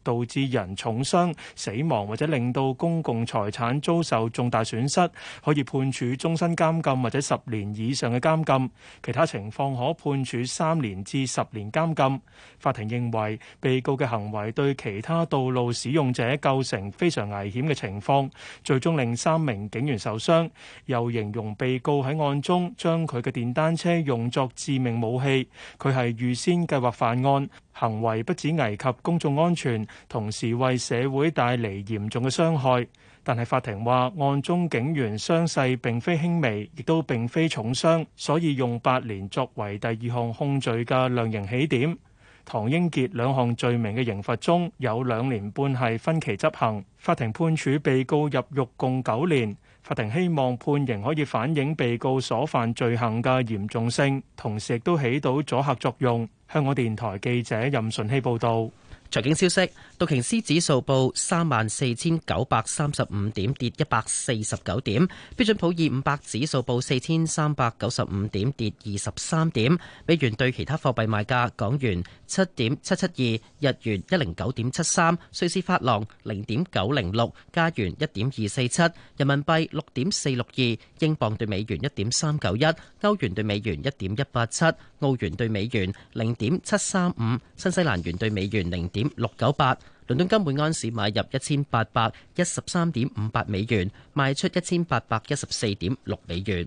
導致人重傷、死亡或者令到公共財產遭受重大損失，可以判處終身監禁或者10年以上嘅監禁，其他情況可判處3年至10年監禁。法庭認為被告嘅行為對其他道路使用者構成非常危險嘅情況，最終令3名警員受傷，又形容被告喺案中將佢嘅電單車用作致命武器，佢係預先計劃犯案，行為不止危及公眾安全，同時為社會帶嚟嚴重嘅傷害。但係法庭話，案中警員傷勢並非輕微，亦都並非重傷，所以用8年作為第2項控罪嘅量刑起點。唐英傑2項罪名嘅刑罰中有2年半係分期執行，法庭判處被告入獄共9年。法庭希望判刑可以反映被告所犯罪行嘅嚴重性，同時亦都起到阻嚇作用。香港電台記者任順希報導。 財經消息，道瓊斯指數報34,935點，跌149點；標準普爾500指數報4,395點，跌23點。美元對其他貨幣賣價：港元7.772，日元109.73，瑞士法郎0.906，加元1.247，人民幣6.462，英鎊對美元1.391，歐元對美元1.187，澳元對美元0.735，新西蘭元對美元0.698。倫敦金每安士買入1813.58美元，賣出1814.6美元。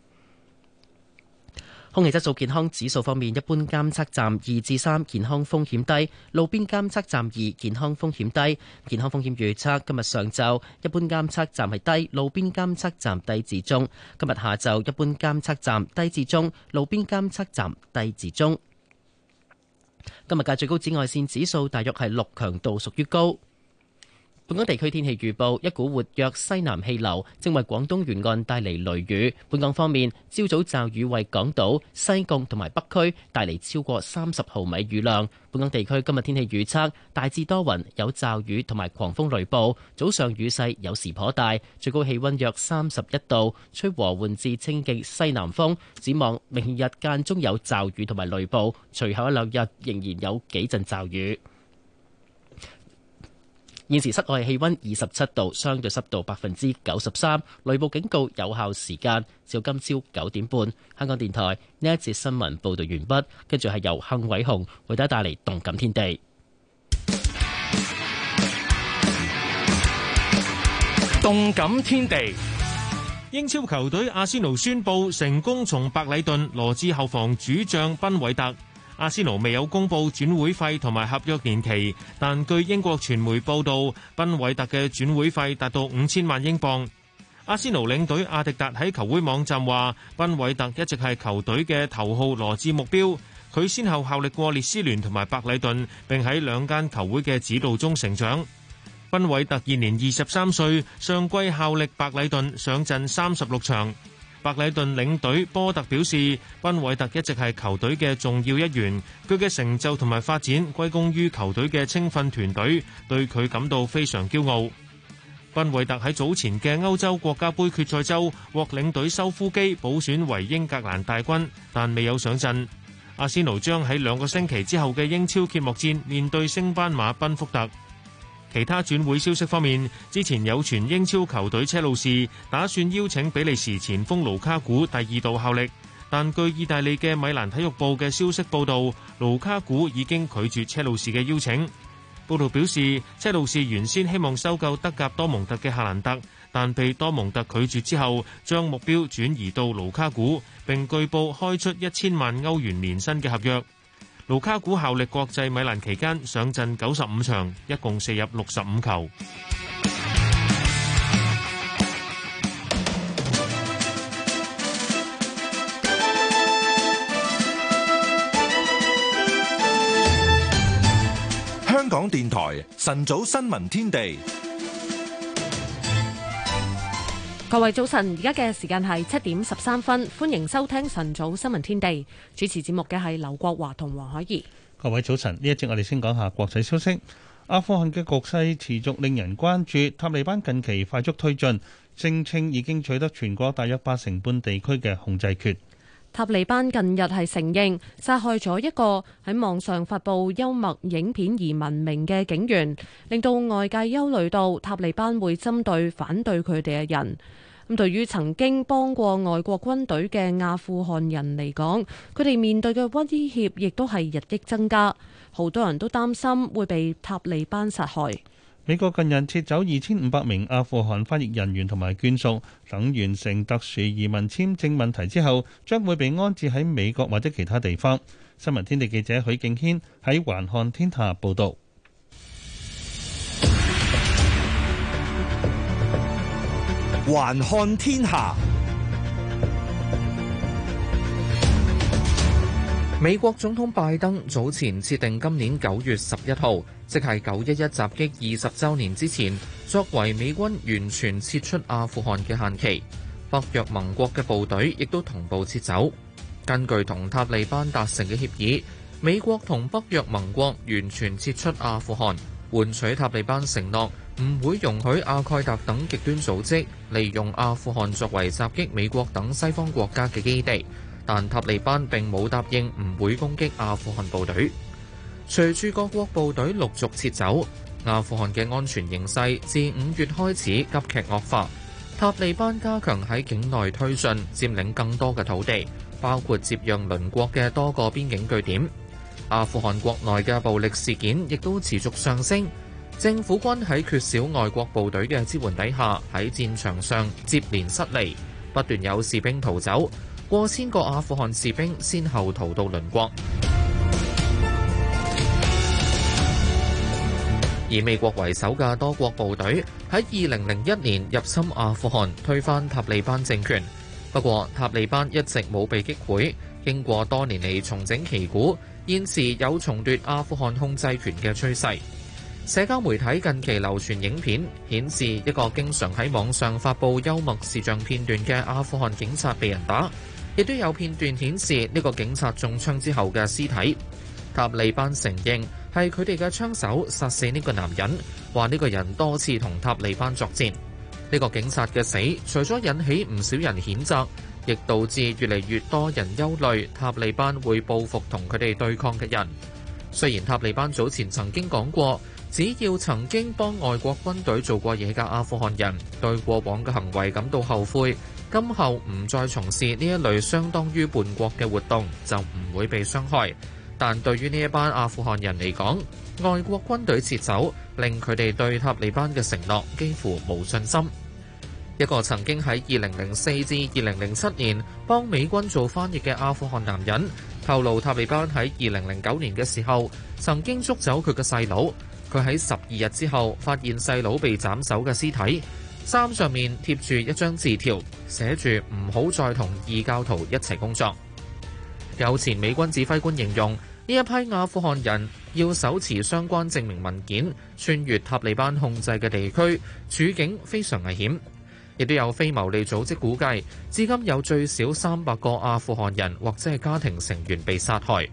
空氣質素健康指數方面，一般監測站2至3，健康風險低；路邊監測站2，健康風險低。健康風險預測今日上晝一般監測站係低，路邊監測站低至中；今日下晝一般監測站低至中，路邊監測站低至中。今日嘅最高紫外線指數大約係6，強度屬於高。本港地區天氣預報，一股活躍西南氣流正為廣東沿岸帶嚟雷雨。本港方面，朝早驟雨為港島、西貢同埋北區帶嚟超過30毫米雨量。本港地區今日天氣預測大致多雲，有驟雨同埋狂風雷暴，早上雨勢有時頗大，最高氣溫約31度，吹和緩至清勁西南風。展望明日間中有驟雨同埋雷暴，隨後1-2日仍然有幾陣驟雨。現時室外氣溫27度，相對濕度93%，雷暴警告有效時間至今朝9點半。香港電台呢一節新聞報道完畢，跟住係由幸偉雄為大家帶嚟動感天地。 動感天地，英超球隊阿仙奴宣布成功從白禮頓羅致後防主將賓韋特。阿仙奴未有公布轉會費同埋合約年期，但據英國傳媒報道，賓韋特嘅轉會費達到5000萬英鎊。阿仙奴領隊阿迪達喺球會網站話，賓韋特一直係球隊嘅頭號羅致目標。佢先後效力過列斯聯同埋白禮頓，並喺2間球會嘅指導中成長。賓韋特現年23歲，上季效力白禮頓上陣36場。白禮頓領隊波特表示，賓韋特一直係球隊嘅重要一員，佢嘅成就同埋發展歸功於球隊嘅青訓團隊，對佢感到非常驕傲。賓韋特喺早前嘅歐洲國家盃決賽周獲領隊修夫基補選為英格蘭大軍，但未有上陣。阿仙奴將喺2個星期之後嘅英超揭幕戰面對升班馬賓福特。其他轉會消息方面，之前有傳英超球隊車路士打算邀請比利時前鋒盧卡古第2度效力，但據意大利嘅米蘭體育報嘅消息報道，盧卡古已經拒絕車路士嘅邀請。報道表示，車路士原先希望收購德甲多蒙特嘅夏蘭特，但被多蒙特拒絕之後，將目標轉移到盧卡古，並據報開出1000萬歐元年薪嘅合約。盧卡古效力國際米蘭期間上陣95場，一共射入65球。 香港電台晨早新聞天地。 各位早晨，而家嘅時間係7點13分，歡迎收聽晨早新聞天地。主持節目嘅係劉國華同黃海怡。 各位早晨，呢一節我哋先講下國際消息。阿富汗嘅局勢持續令人關注，塔利班近期快速推進，聲稱已經取得全國大約80%半地區嘅控制權。 塔利班近日係承認殺害咗一個喺網上發布幽默影片而聞名嘅警員，令到外界憂慮到塔利班會針對反對佢哋嘅人。咁對於曾經幫過外國軍隊嘅阿富汗人嚟講，佢哋面對嘅威脅亦都係日益增加，好多人都擔心會被塔利班殺害。 美國近日撤走2500名阿富汗翻譯人員同埋眷屬，等完成特殊移民簽證問題之後，將會被安置喺美國或者其他地方。新聞天地記者許敬軒喺環看天下報導。 環看天下。 美國總統拜登早前設定今年9月11號，即係911襲擊20週年之前，作為美軍完全撤出阿富汗嘅限期。北約盟國嘅部隊亦都同步撤走。根據同塔利班達成嘅協議，美國同北約盟國完全撤出阿富汗，換取塔利班承諾唔會容許阿蓋達等極端組織利用阿富汗作為襲擊美國等西方國家嘅基地。但塔利班並冇答應唔會攻擊阿富汗部隊。隨住各國部隊陸續撤走，阿富汗嘅安全形勢自5月開始急劇惡化。塔利班加強喺境內推進，佔領更多嘅土地，包括接壤鄰國嘅多個邊境據點。阿富汗國內嘅暴力事件亦都持續上升。政府軍喺缺少外國部隊嘅支援底下，喺戰場上接連失利，不斷有士兵逃走。過千個阿富汗士兵先後逃到鄰國。以美國為首嘅多國部隊喺2001年入侵阿富汗，推翻塔利班政權。不過塔利班一直冇被擊潰，經過多年嚟重整旗鼓，現時有重奪阿富汗控制權嘅趨勢。社交媒體近期流傳影片，顯示一個經常喺網上發布幽默視像片段嘅阿富汗警察被人打。亦都有片段顯示呢個警察中槍之後嘅屍體。塔利班承認係佢哋嘅槍手殺死呢個男人，話呢個人多次同塔利班作戰。呢個警察嘅死，除咗引起唔少人譴責，亦導致越嚟越多人憂慮塔利班會報復同佢哋對抗嘅人。雖然塔利班早前曾經講過，只要曾經幫外國軍隊做過嘢嘅阿富汗人對過往嘅行為感到後悔，今後唔再從事呢一類相當於叛國嘅活動，就唔會被傷害。但對於呢一班阿富汗人嚟講，外國軍隊撤走，令佢哋對塔利班嘅承諾幾乎冇信心。一個曾經喺2004至2007年幫美軍做翻譯嘅阿富汗男人透露，塔利班喺2009年嘅時候曾經捉走佢嘅細佬。佢喺12日之後發現細佬被斬首嘅屍體，衫上面貼住一張字條，寫住唔好再同異教徒一齊工作。有前美軍指揮官形容，呢一批阿富汗人要手持相關證明文件，穿越塔利班控制嘅地區，處境非常危險。亦都有非牟利組織估計，至今有最少300個阿富汗人或者係家庭成員被殺害。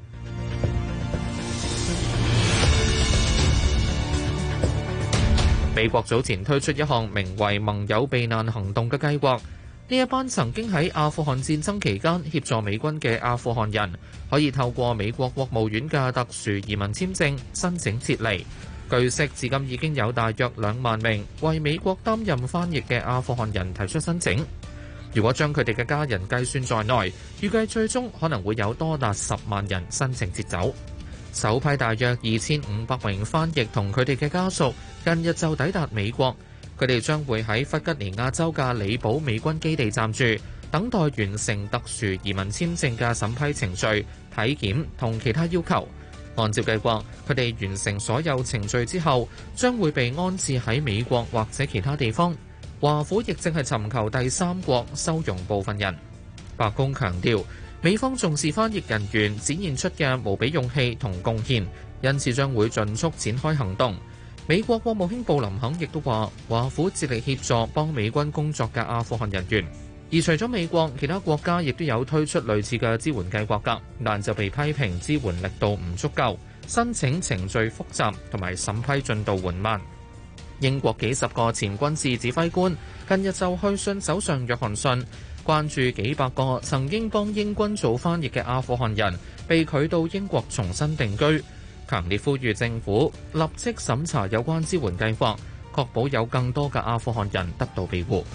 美國早前推出一項名為盟友避難行動嘅計劃，呢一班曾經喺阿富汗戰爭期間協助美軍嘅阿富汗人，可以透過美國國務院嘅特殊移民簽證申請撤離。據悉，至今已經有大約2萬名為美國擔任翻譯嘅阿富汗人提出申請。如果將佢哋嘅家人計算在內，預計最終可能會有多達10萬人申請撤走。首批大約2500名翻譯同佢哋嘅家屬近日就抵達美國，佢哋將會喺弗吉尼亞州嘅里堡美軍基地暫住，等待完成特殊移民簽證嘅審批程序、體檢同其他要求。按照計劃，佢哋完成所有程序之後，將會被安置喺美國或者其他地方。華府亦正係尋求第三國收容部分人。白宮強調，美方重視翻譯人員展現出嘅無比勇氣同貢獻，因此將會盡速展開行動。美國國務卿布林肯亦都話，華府致力協助幫美軍工作嘅阿富汗人員。而除咗美國，其他國家亦都有推出類似嘅支援計劃㗎，但就被批評支援力度唔足夠，申請程序複雜同埋審批進度緩慢。英國幾十個前軍事指揮官近日就去信首相約翰遜， 關注幾百個曾經幫英軍做翻譯嘅阿富汗人被拒到英國重新定居，強烈呼籲政府立即審查有關支援計劃，確保有更多嘅阿富汗人得到庇護。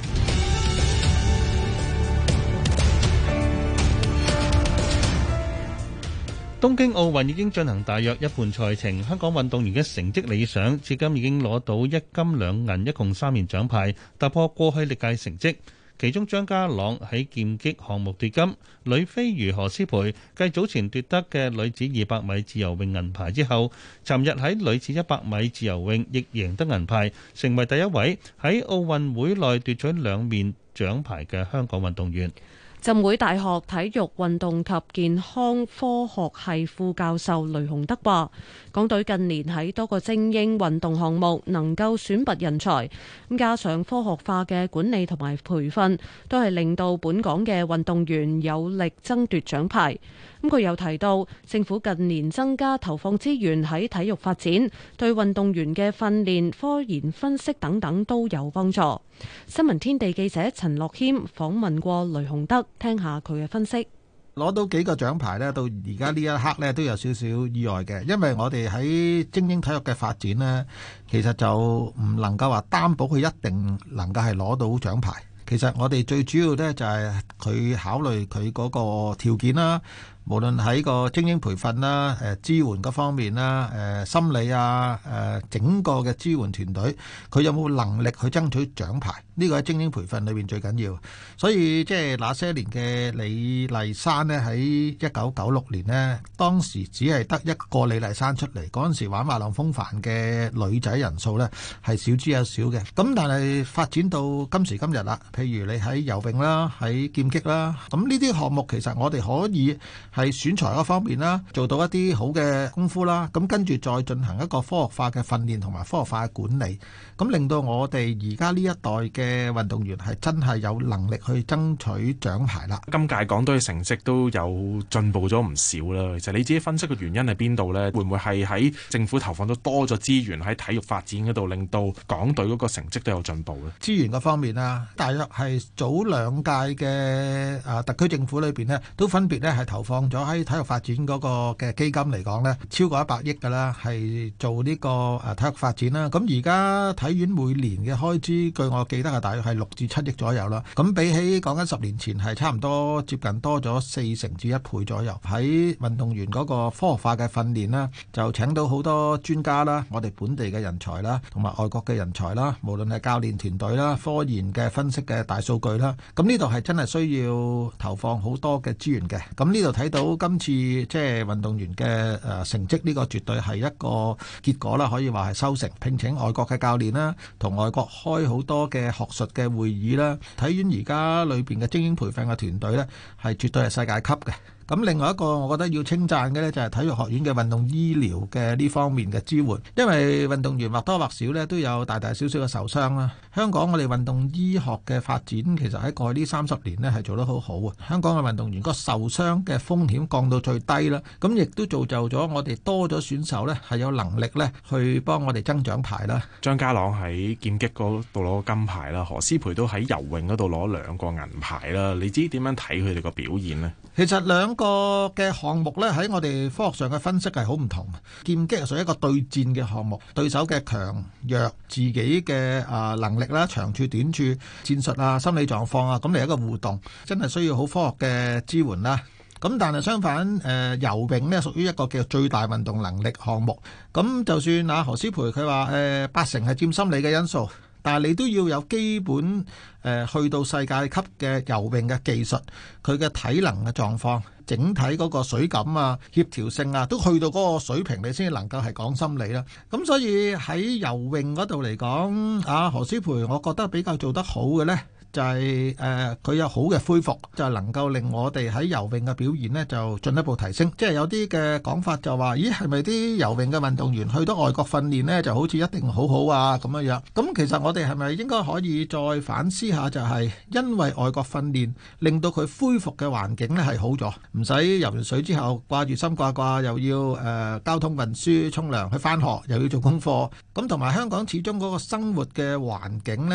東京奧運已經進行大約一半賽程，香港運動員嘅成績理想，至今已經攞到1金2銀，一共3面獎牌，突破過去歷屆成績。其中張家朗喺劍擊項目奪金，女飛魚何詩蓓繼早前奪得嘅女子200米自由泳銀牌之後，尋日喺女子100米自由泳亦贏得銀牌，成為第一位喺奧運會內奪取2面獎牌嘅香港運動員。 浸會大學體育運動及健康科學系副教授雷雄德話，港隊近年喺多個精英運動項目能夠選拔人才，咁加上科學化嘅管理同埋培訓，都係令到本港嘅運動員有力爭奪獎牌。咁佢又提到，政府近年增加投放資源喺體育發展，對運動員嘅訓練、科研分析等等都有幫助。新聞天地記者陳樂謙訪問過雷雄德，聽下佢嘅分析。 攞到幾個獎牌呢，到而家呢一刻呢，都有少少意外嘅，因為我哋喺精英體育嘅發展呢，其實就唔能夠話擔保佢一定能夠係攞到獎牌。其實我哋最主要呢，就係佢考慮佢嗰個條件啦。無論喺個精英培訓啦、支援嗰方面啦、心理啊、整個嘅支援團隊，佢有冇能力去爭取獎牌？呢個喺精英培訓裏邊最緊要。所以即係那些年嘅李麗珊呢，喺1996年呢，當時只係得一個李麗珊出嚟。嗰陣時玩滑浪風帆嘅女仔人數呢係少之又少嘅。咁但係發展到今時今日啦，譬如你喺游泳啦、喺劍擊啦，咁呢啲項目其實我哋可以係選材嗰方面啦，做到一啲好嘅功夫啦，咁跟住再進行一個科學化嘅訓練同埋科學化嘅管理，咁令到我哋而家呢一代嘅運動員係真係有能力去爭取獎牌啦。 今屆港隊嘅成績都有進步咗唔少啦。其實你自己分析嘅原因喺邊度呢？會唔會係喺政府投放咗多咗資源喺體育發展嗰度，令到港隊嗰個成績都有進步呢？ 資源嗰方面啦，大約係早2屆嘅特區政府裏邊呢，都分別咧係投放咗喺體育發展嗰個嘅基金嚟講呢，超過100億㗎啦，係做呢個體育發展啦。咁而家體院每年嘅開支，據我記得係大約係6至7億左右啦。咁比起講緊10年前係差唔多接近多咗4成至1倍左右。喺運動員嗰個科學化嘅訓練啦，就請到好多專家啦，我哋本地嘅人才啦，同埋外國嘅人才啦，無論係教練團隊啦、科研嘅分析嘅大數據啦，咁呢度係真係需要投放好多嘅資源嘅。咁呢度睇到今次即係運動員嘅成績，呢個絕對係一個結果啦，可以話係收成。聘請外國嘅教練啦，同外國開好多嘅學術嘅會議啦，體院而家裏邊嘅精英培訓嘅團隊呢，係絕對係世界級嘅。咁另外一個我覺得要稱讚嘅呢，就係體育學院嘅運動醫療嘅呢方面嘅支援，因為運動員或多或少呢都有大大小小嘅受傷啦。香港我哋運動醫學嘅發展其實喺過去呢30年呢係做得好好啊。香港嘅運動員個受傷嘅風險降到最低啦，咁亦都造就咗我哋多咗選手呢係有能力呢去幫我哋爭獎牌啦。 張家朗喺劍擊嗰度攞金牌啦，何詩蓓都喺游泳嗰度攞2個銀牌啦。你知點樣睇佢哋個表現呢？ 其實2個嘅項目呢，喺我哋科學上嘅分析係好唔同。劍擊係屬於一個對戰嘅項目，對手嘅強弱、自己嘅能力啦、長處短處、戰術啊、心理狀況啊，咁嚟一個互動，真係需要好科學嘅支援啦。咁但係相反，游泳呢屬於一個叫最大運動能力項目。咁就算何詩蓓佢話8成係佔心理嘅因素，但係你都要有基本去到世界級嘅游泳嘅技術，佢嘅體能嘅狀況，整體嗰個水感啊、協調性啊，都去到嗰個水平，你先至能夠係講心理啦。咁所以喺游泳嗰度嚟講，何詩蓓我覺得比較做得好嘅呢，就係佢有好嘅恢復，就能夠令我哋喺游泳嘅表現呢就進一步提升。即係有啲嘅講法就話，咦係咪啲游泳嘅運動員去到外國訓練呢就好似一定好好啊咁樣樣？咁其實我哋係咪應該可以再反思下，就係因為外國訓練令到佢恢復嘅環境呢係好咗，唔使游完水之後掛住心掛掛，又要交通運輸、沖涼去返學，又要做功課。咁同埋香港始終嗰個生活嘅環境呢，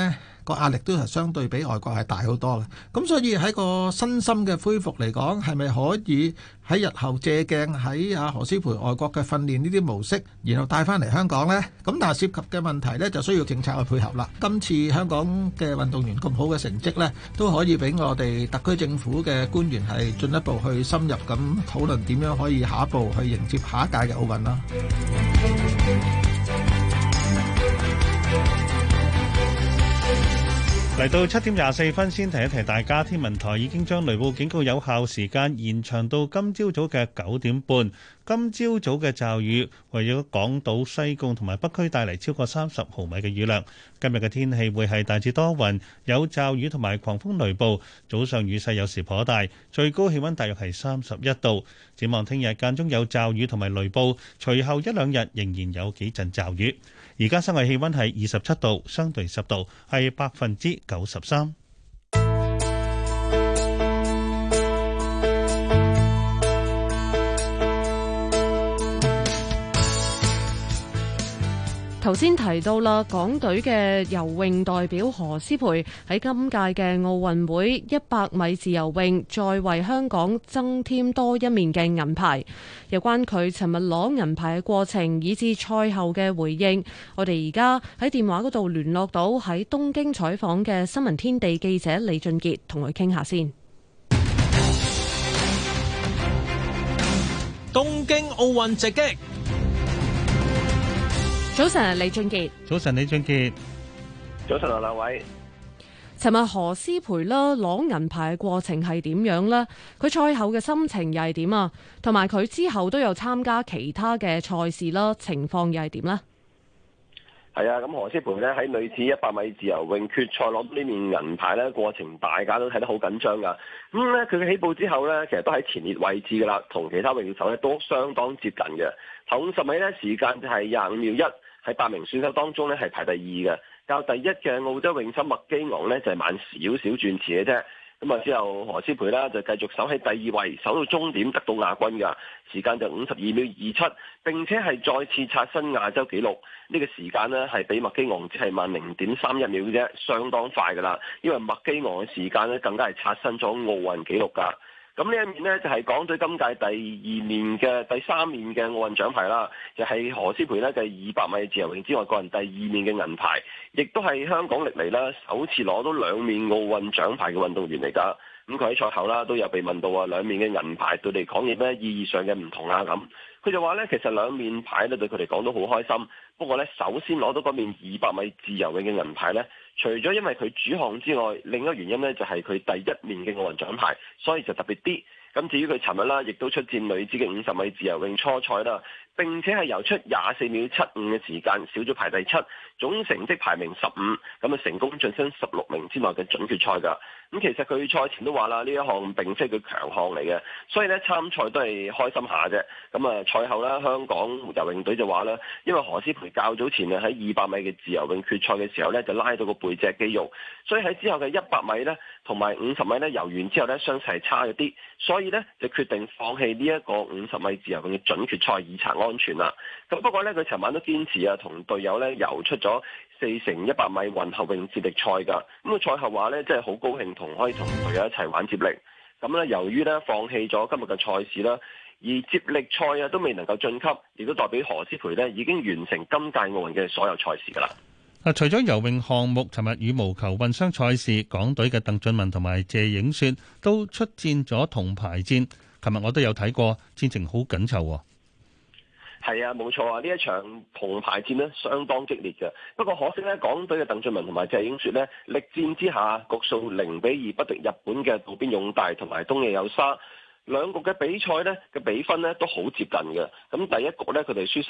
個壓力都係相對比外國係大好多嘅。咁所以喺個身心嘅恢復嚟講，係咪可以喺日後借鏡喺何詩蓓外國嘅訓練呢啲模式，然後帶翻嚟香港呢？咁但係涉及嘅問題呢，就需要政策去配合啦。今次香港嘅運動員咁好嘅成績呢，都可以俾我哋特區政府嘅官員係進一步去深入咁討論點樣可以下一步去迎接下一屆嘅奧運啦。 嚟到7:24，先提一提大家，天文台已經將雷暴警告有效時間延長到今朝早嘅9點半。今朝早嘅驟雨為咗港島、西貢同埋北區帶嚟超過30毫米嘅雨量。今日嘅天氣會係大致多雲，有驟雨同埋狂風雷暴，早上雨勢有時頗大，最高氣溫大約係31度。展望聽日間中有驟雨同埋雷暴，隨後一兩日仍然有幾陣驟雨。而家室外氣溫係27度，相對濕度係93%。 頭先提到啦，港隊嘅游泳代表何詩蓓喺今屆嘅奧運會100米自由泳再為香港增添多一面嘅銀牌。有關佢尋日攞銀牌嘅過程以至賽後嘅回應，我哋而家喺電話嗰度聯絡到喺東京採訪嘅新聞天地記者李俊傑，同佢傾下先。 東京奧運直擊。 早晨，李俊傑。 早晨，李俊傑。 早晨啊，兩位。 尋日何詩蓓啦攞銀牌嘅過程係點樣呢？佢賽後嘅心情又係點啊？同埋佢之後都有參加其他嘅賽事啦，情況又係點呢？ 係啊，咁何詩蓓呢喺女子100米自由泳決賽攞到呢面銀牌呢，過程大家都睇得好緊張噶。咁呢，佢嘅起步之後呢，其實都喺前列位置噶啦，同其他泳手呢都相當接近嘅。頭50米呢，時間就係25秒1，喺8名選手當中呢係排第2嘅。較第一嘅澳洲泳手麥基昂呢，就係慢少少轉遲嘅啫。咁啊之後何詩蓓啦就繼續守喺第2位，守到終點得到亞軍㗎，時間就52秒27，並且係再次刷新亞洲紀錄。呢個時間呢係比麥基昂只係慢0.31秒啫，相當快㗎啦。因為麥基昂嘅時間呢更加係刷新咗奧運紀錄㗎。咁呢一面呢，就係港隊今屆第3面嘅奧運獎牌啦，就係何詩蓓呢，就係200米自由泳之外個人第2面嘅銀牌，亦都係香港歷嚟啦首次攞到2面奧運獎牌嘅運動員嚟㗎。咁佢喺賽後啦都有被問到啊，2面嘅銀牌對你嚟講有咩意義上嘅唔同啊咁。佢就話呢，其實2面牌呢對佢嚟講都好開心，不過呢，首先攞到嗰面200米自由泳嘅銀牌呢，除咗因為佢主項之外，另一個原因呢就係佢第1面嘅奧運獎牌，所以就特別啲。咁至於佢尋日啦，亦都出戰女子嘅50米自由泳初賽啦，並且係游出24秒75嘅時間，小組排第7，總成績排名15，咁啊成功晉身16名之內嘅準決賽㗎。咁其實佢賽前都話啦，呢一項並非佢強項嚟嘅，所以呢參賽都係開心下啫。咁啊賽後啦，香港游泳隊就話啦，因為何詩蓓較早前啊喺200米嘅自由泳決賽嘅時候呢，就拉到個背脊肌肉，所以喺之後嘅100米呢，同埋50米呢，游完之後呢，傷勢係差咗啲，所以呢，就決定放棄呢一個50米自由泳嘅準決賽以策安全啦。咁不過呢，佢尋晚都堅持啊，同隊友呢游出咗4×100米混合泳接力賽㗎。咁佢賽後話呢，真係好高興可以同隊友一齊玩接力。咁呢，由於呢放棄咗今日嘅賽事啦，而接力賽啊都未能夠晉級，亦都代表何詩蓓呢已經完成今屆奧運嘅所有賽事㗎啦。 除咗游泳項目，尋日羽毛球混雙賽事，港隊嘅鄧俊文同埋謝影雪都出戰咗銅牌戰。尋日我都有睇過，戰情好緊湊喎。 係啊，冇錯啊！呢一場銅牌戰呢，相當激烈嘅。不過可惜呢，港隊嘅鄧俊文同埋謝影雪呢，力戰之下，局數0-2不敵日本嘅渡邊勇大同埋東野有沙。兩局嘅比賽呢嘅比分呢都好接近嘅。咁第一局呢，佢哋輸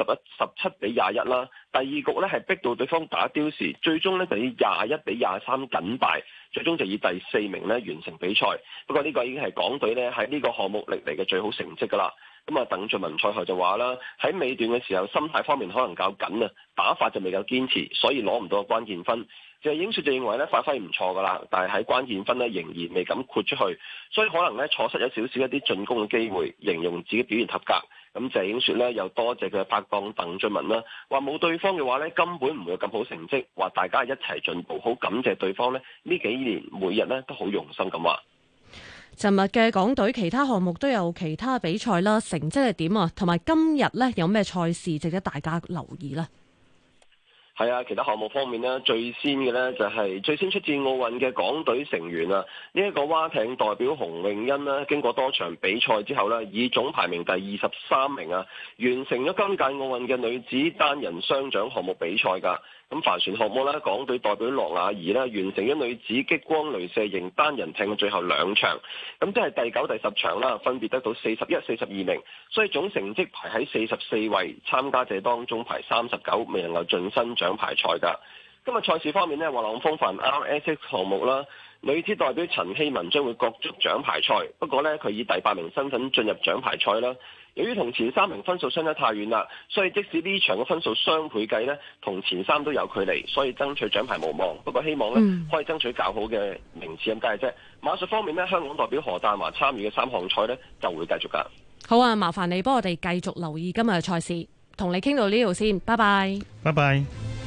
17-21啦。第二局呢係逼到對方打刁時，最終呢就以21-23緊敗，最終就以第4名呢完成比賽。不過呢個已經係港隊呢喺呢個項目歷嚟嘅最好成績㗎啦。咁啊，鄧俊文賽後就話啦，喺尾段嘅時候，心態方面可能較緊啊，打法就未夠堅持，所以攞唔到個關鍵分。 謝影雪就認為咧發揮唔錯㗎啦，但係喺關鍵分咧仍然未敢豁出去，所以可能咧錯失咗少少一啲進攻嘅機會，形容自己表現合格。咁謝影雪咧又多謝佢嘅拍檔鄧俊文啦，話冇對方嘅話咧根本唔會有咁好成績，話大家一齊進步，好感謝對方咧呢幾年每日咧都好用心咁話。 尋日嘅港隊其他項目都有其他比賽啦，成績係點啊？同埋今日呢，有咩賽事值得大家留意呢？ 係啊，其他項目方面呢，最先嘅呢就係最先出戰奧運嘅港隊成員啊，呢一個蛙艇代表洪詠欣呢，經過多場比賽之後呢，以總排名第23名啊，完成咗今屆奧運嘅女子單人雙槳項目比賽㗎。咁帆船項目呢，港隊代表諾雅怡呢，完成咗女子激光雷射型單人艇嘅最後2場，咁即係第9、第10場啦，分別得到41、42名，所以總成績排喺44位，參加者當中排39，未能夠晉身獎牌賽㗎。今日賽事方面呢，滑浪風帆 RSX 項目啦，女子代表陳希文將會角逐獎牌賽，不過呢，佢以第8名身份進入獎牌賽啦。由於同前3名分數相差太遠啦，所以即使呢場嘅分數雙倍計呢，同前3都有距離，所以爭取獎牌無望。不過希望呢，可以爭取較好嘅名次咁解啫。馬術方面呢，香港代表何誕華參與嘅3項賽呢，就會繼續㗎。 好啊，麻煩你幫我哋繼續留意今日嘅賽事，同你傾到呢度先，拜拜。 拜拜。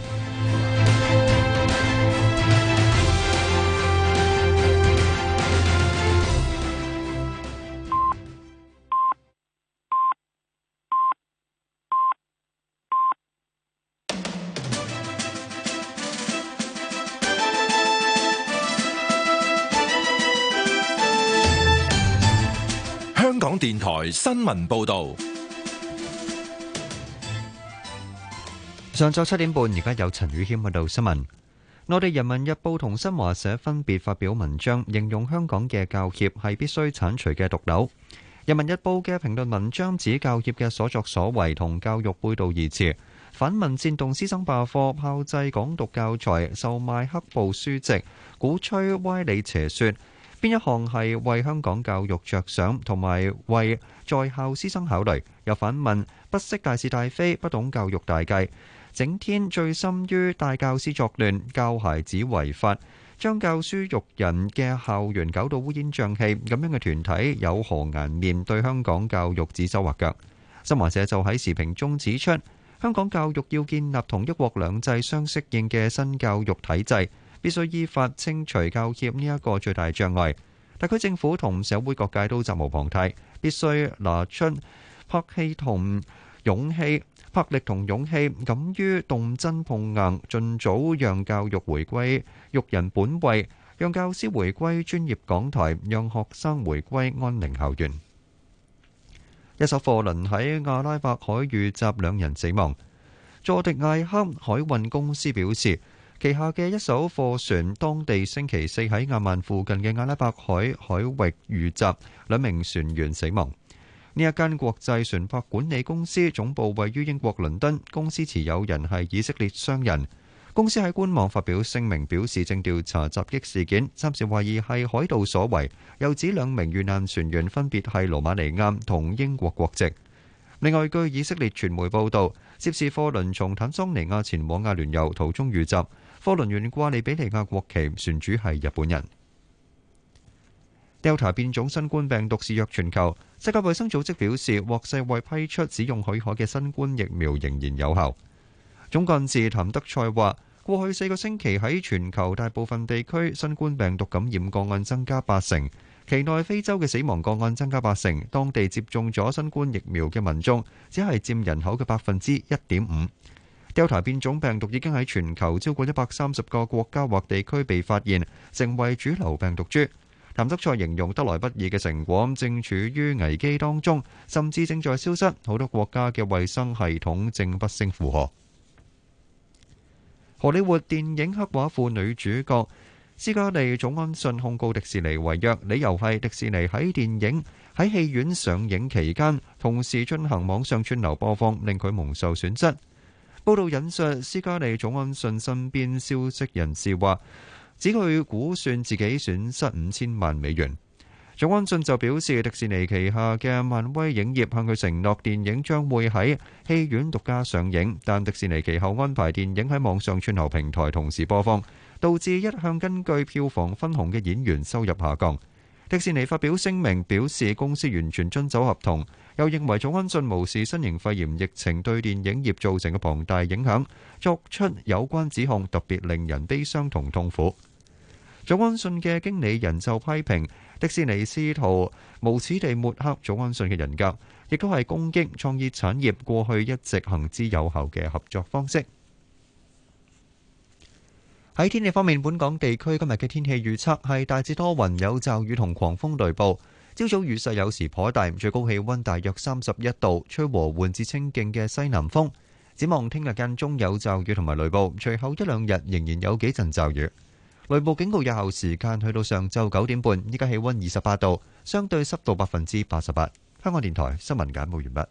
香港電台新聞報道。 上晝7點半，而家有陳宇謙報道新聞。內地人民日報同新華社分別發表文章，形容香港嘅教協係必須剷除嘅毒瘤。人民日報嘅評論文章指教協嘅所作所為同教育背道而馳，反問煽動師生罷課、炮製港獨教材、售賣黑暴書籍、鼓吹歪理邪說，邊一項係為香港教育着想，同埋為在校師生考慮？又反問不識大是大非，不懂教育大計，整天醉心於帶教師作亂，教孩子違法，將教書育人嘅校園搞到烏煙瘴氣，咁樣嘅團體有何顏面對香港教育指手畫腳？新華社就喺時評中指出，香港教育要建立同一國兩制相適應嘅新教育體制，必須依法清除教協呢一個最大障礙。特區政府同社會各界都責無旁貸，必須拿出魄力同勇氣，敢於動真碰硬，盡早讓教育回歸育人本位，讓教師回歸專業講台，讓學生回歸安寧校園。一艘貨輪喺阿拉伯海遇襲，2人死亡。佐迪艾克海運公司表示，旗下嘅一艘貨船當地星期四喺亞曼附近嘅阿拉伯海域遇襲，2名船員死亡。呢一間國際船舶管理公司總部位於英國倫敦，公司持有人係以色列商人。公司喺官網發表聲明，表示正調查襲擊事件，暫時懷疑係海盜所為，又指2名遇難船員分別係羅馬尼亞同英國國籍。另外，據以色列傳媒報導，涉事貨輪從坦桑尼亞前往阿聯酋途中遇襲，貨輪懸掛利比里亞國旗，船主係日本人。Delta 變種新冠病毒肆虐全球，世界衛生組織表示，獲世衛批出使用許可嘅新冠疫苗仍然有效。總幹事譚德塞話，過去4個星期喺全球大部分地區新冠病毒感染個案增加80%，期內非洲嘅死亡個案增加80%，當地接種咗新冠疫苗嘅民眾只係佔人口嘅1.5%。Delta 變種病毒已經喺全球超過130個國家或地區被發現，成為主流病毒株。譚德塞形容得來不易嘅成果正處於危機當中，甚至正在消失，好多國家嘅衛生系統正不勝負荷。荷里活電影黑寡婦女主角斯嘉麗·祖安遜控告迪士尼違約，理由係迪士尼喺電影喺戲院上映期間同時進行網上串流播放，令佢蒙受損失。報道引述斯嘉麗·祖安遜身邊消息人士話，指佢估算自己損失$5000萬。祖安遜就表示，迪士尼旗下嘅漫威影業向佢承諾電影將會喺戲院獨家上映，但迪士尼其後安排電影喺網上串流平台同時播放， 導致一向根據票房分紅嘅演員收入下降。迪士尼發表聲明表示，公司完全遵守合同，又認為早安信無視新型肺炎疫情對電影業造成嘅龐大影響，作出有關指控特別令人悲傷同痛苦。早安信嘅經理人就批評迪士尼試圖無恥地抹黑早安信嘅人格，亦都係攻擊創意產業過去一直行之有效嘅合作方式。喺天氣方面，本港地區今日嘅天氣預測係大致多雲，有驟雨同狂風雷暴。朝早雨勢有時頗大，最高氣溫大約31度，吹和緩至清勁嘅西南風。展望聽日間中有驟雨同埋雷暴，隨後一兩日仍然有幾陣驟雨。雷暴警告有效時間去到上晝9點半。依家氣溫28度，相對濕度88%。香港電台新聞簡報完畢。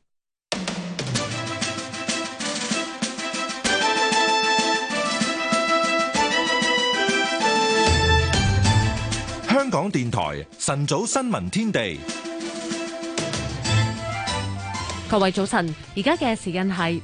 香港電台晨早新聞天地， 各位早晨，而家嘅時間係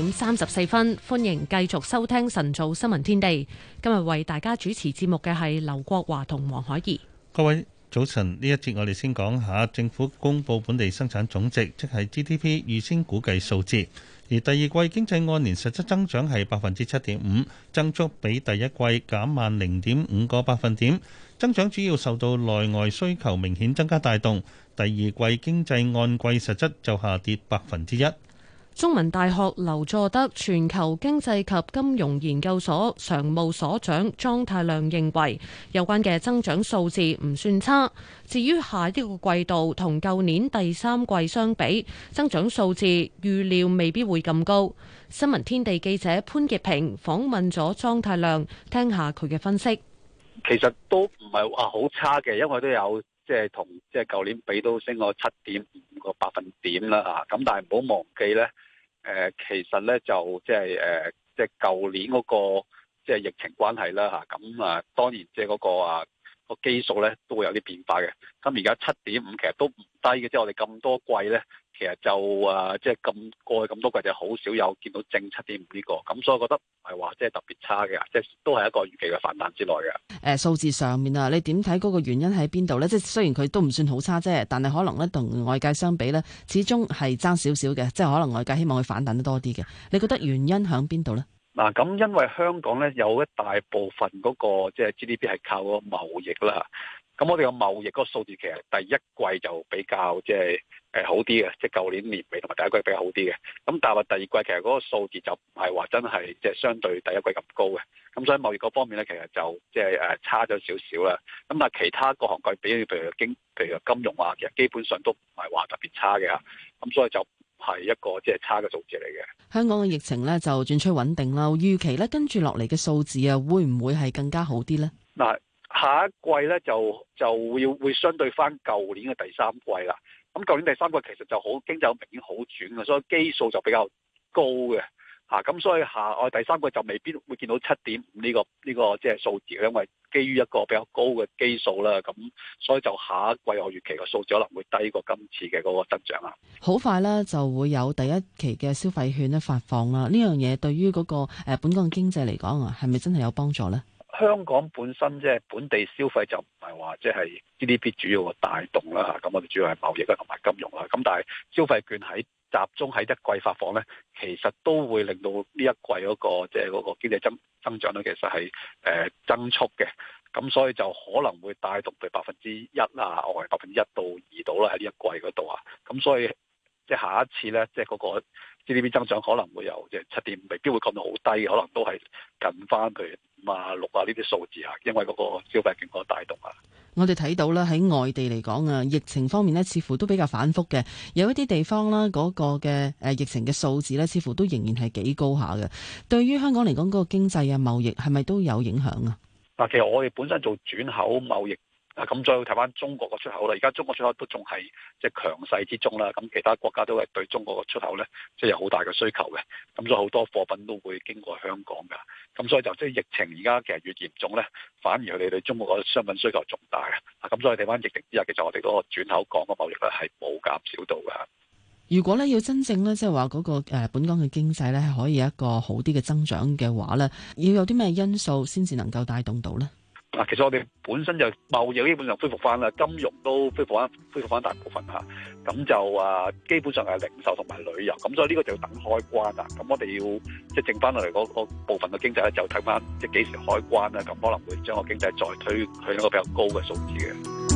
7:34，歡迎繼續收聽晨早新聞天地。今日為大家主持節目嘅係劉國華同黃海怡。 各位早晨，呢一節我哋先講下政府公布本地生產總值，即係 GDP 預先估計數字。而第二季經濟按年實質增長係7.5%，增速比第一季減慢0.5個百分點。增長主要受到內外需求明顯增加帶動。第二季經濟按季實質就下跌1%。 中文大學劉佐德全球經濟及金融研究所常務所長莊太量認為，有關嘅增長數字唔算差。至於下一個季度同舊年第三季相比，增長數字預料未必會咁高。新聞天地記者潘潔平訪問咗莊太量，聽下佢嘅分析。 其實都唔係話好差嘅，因為都有同舊年比都升咗7.5個百分點啦嚇。咁但係唔好忘記咧，其實咧就舊年嗰個疫情關係啦嚇。咁當然嗰個基數咧都會有啲變化嘅。咁而家7.5其實都唔低嘅，我哋咁多季咧，其實就咁過去咁多季就好少有見到正7.5呢個。咁所以我覺得唔係話特別差嘅，都係一個預期嘅反彈之內嘅。 數字上面啊，你點睇嗰個原因喺邊度咧？雖然佢都唔算好差啫，但係可能咧同外界相比咧，始終係爭少少嘅，可能外界希望佢反彈得多啲嘅。你覺得原因喺邊度咧？ 嗱，咁因為香港咧有一大部分嗰個GDP 係靠個貿易啦。咁我哋個貿易嗰個數字其實第一季就比較好啲嘅，舊年年尾同埋第一季比較好啲嘅。咁但係第二季其實嗰個數字就唔係話真係相對第一季咁高嘅。咁所以貿易嗰方面咧，其實就差咗少少啦。咁但係其他各行各業比，譬如金融啊，其實基本上都唔係話特別差嘅。咁所以就係一個差嘅數字嚟嘅。 香港嘅疫情咧就轉趨穩定啦，預期咧跟住落嚟嘅數字啊，會唔會係更加好啲咧？ 嗱，下一季咧就會相對翻舊年嘅第三季啦。咁舊年第三季其實就經濟有明顯好轉嘅，所以基數就比較高嘅。咁所以我第三季就未必會見到7.5呢個數字，因為基於一個比較高嘅基數啦。咁所以就下一季我預期個數字可能會低過今次嘅嗰個增長啊。 好快咧就會有第一期嘅消費券咧發放啦。呢樣嘢對於嗰個本港經濟嚟講啊，係咪真係有幫助咧？ 香港本身本地消費就唔係話GDP 主要嘅帶動啦嚇。咁我哋主要係貿易啦同埋金融啦。咁但係消費券集中喺一季發放咧，其實都會令到呢一季嗰個經濟增長咧，其實係增速嘅。咁所以就可能會帶動佢1%啊，或者1%到2%到啦喺呢一季嗰度啊。咁所以下一次咧，嗰個 GDP 增長可能會由7.5，未必會降到好低，可能都係近翻譬如5啊、6啊呢啲數字啊，因為嗰個消費券嗰個帶動啊。 我哋睇到咧喺外地嚟講啊，疫情方面咧似乎都比較反覆嘅，有一啲地方啦嗰個嘅疫情嘅數字咧，似乎都仍然係幾高下嘅。對於香港嚟講，嗰個經濟啊、貿易係咪都有影響啊？ 嗱，其實我哋本身做轉口貿易。咁再睇翻中國個出口啦，而家中國出口都仲係強勢之中啦。咁其他國家都係對中國個出口咧，有好大嘅需求嘅。咁所以好多貨品都會經過香港㗎。咁所以就疫情而家其實越嚴重咧，反而佢哋對中國個商品需求仲大嘅。咁所以睇翻疫情之下，其實我哋嗰個轉口港嘅貿易咧係冇減少到㗎。 如果咧要真正咧即係話嗰個本港嘅經濟咧係可以有一個好啲嘅增長嘅話咧，要有啲咩因素先至能夠帶動到呢？ 嗱，其實我哋本身就貿易基本上恢復翻啦，金融都恢復翻大部分嚇，咁就基本上係零售同埋旅遊，咁所以呢個就要等開關啦。咁我哋要即係剩翻落嚟嗰部分嘅經濟咧，就睇翻即係幾時開關啦。咁可能會將個經濟再推去一個比較高嘅數字嘅。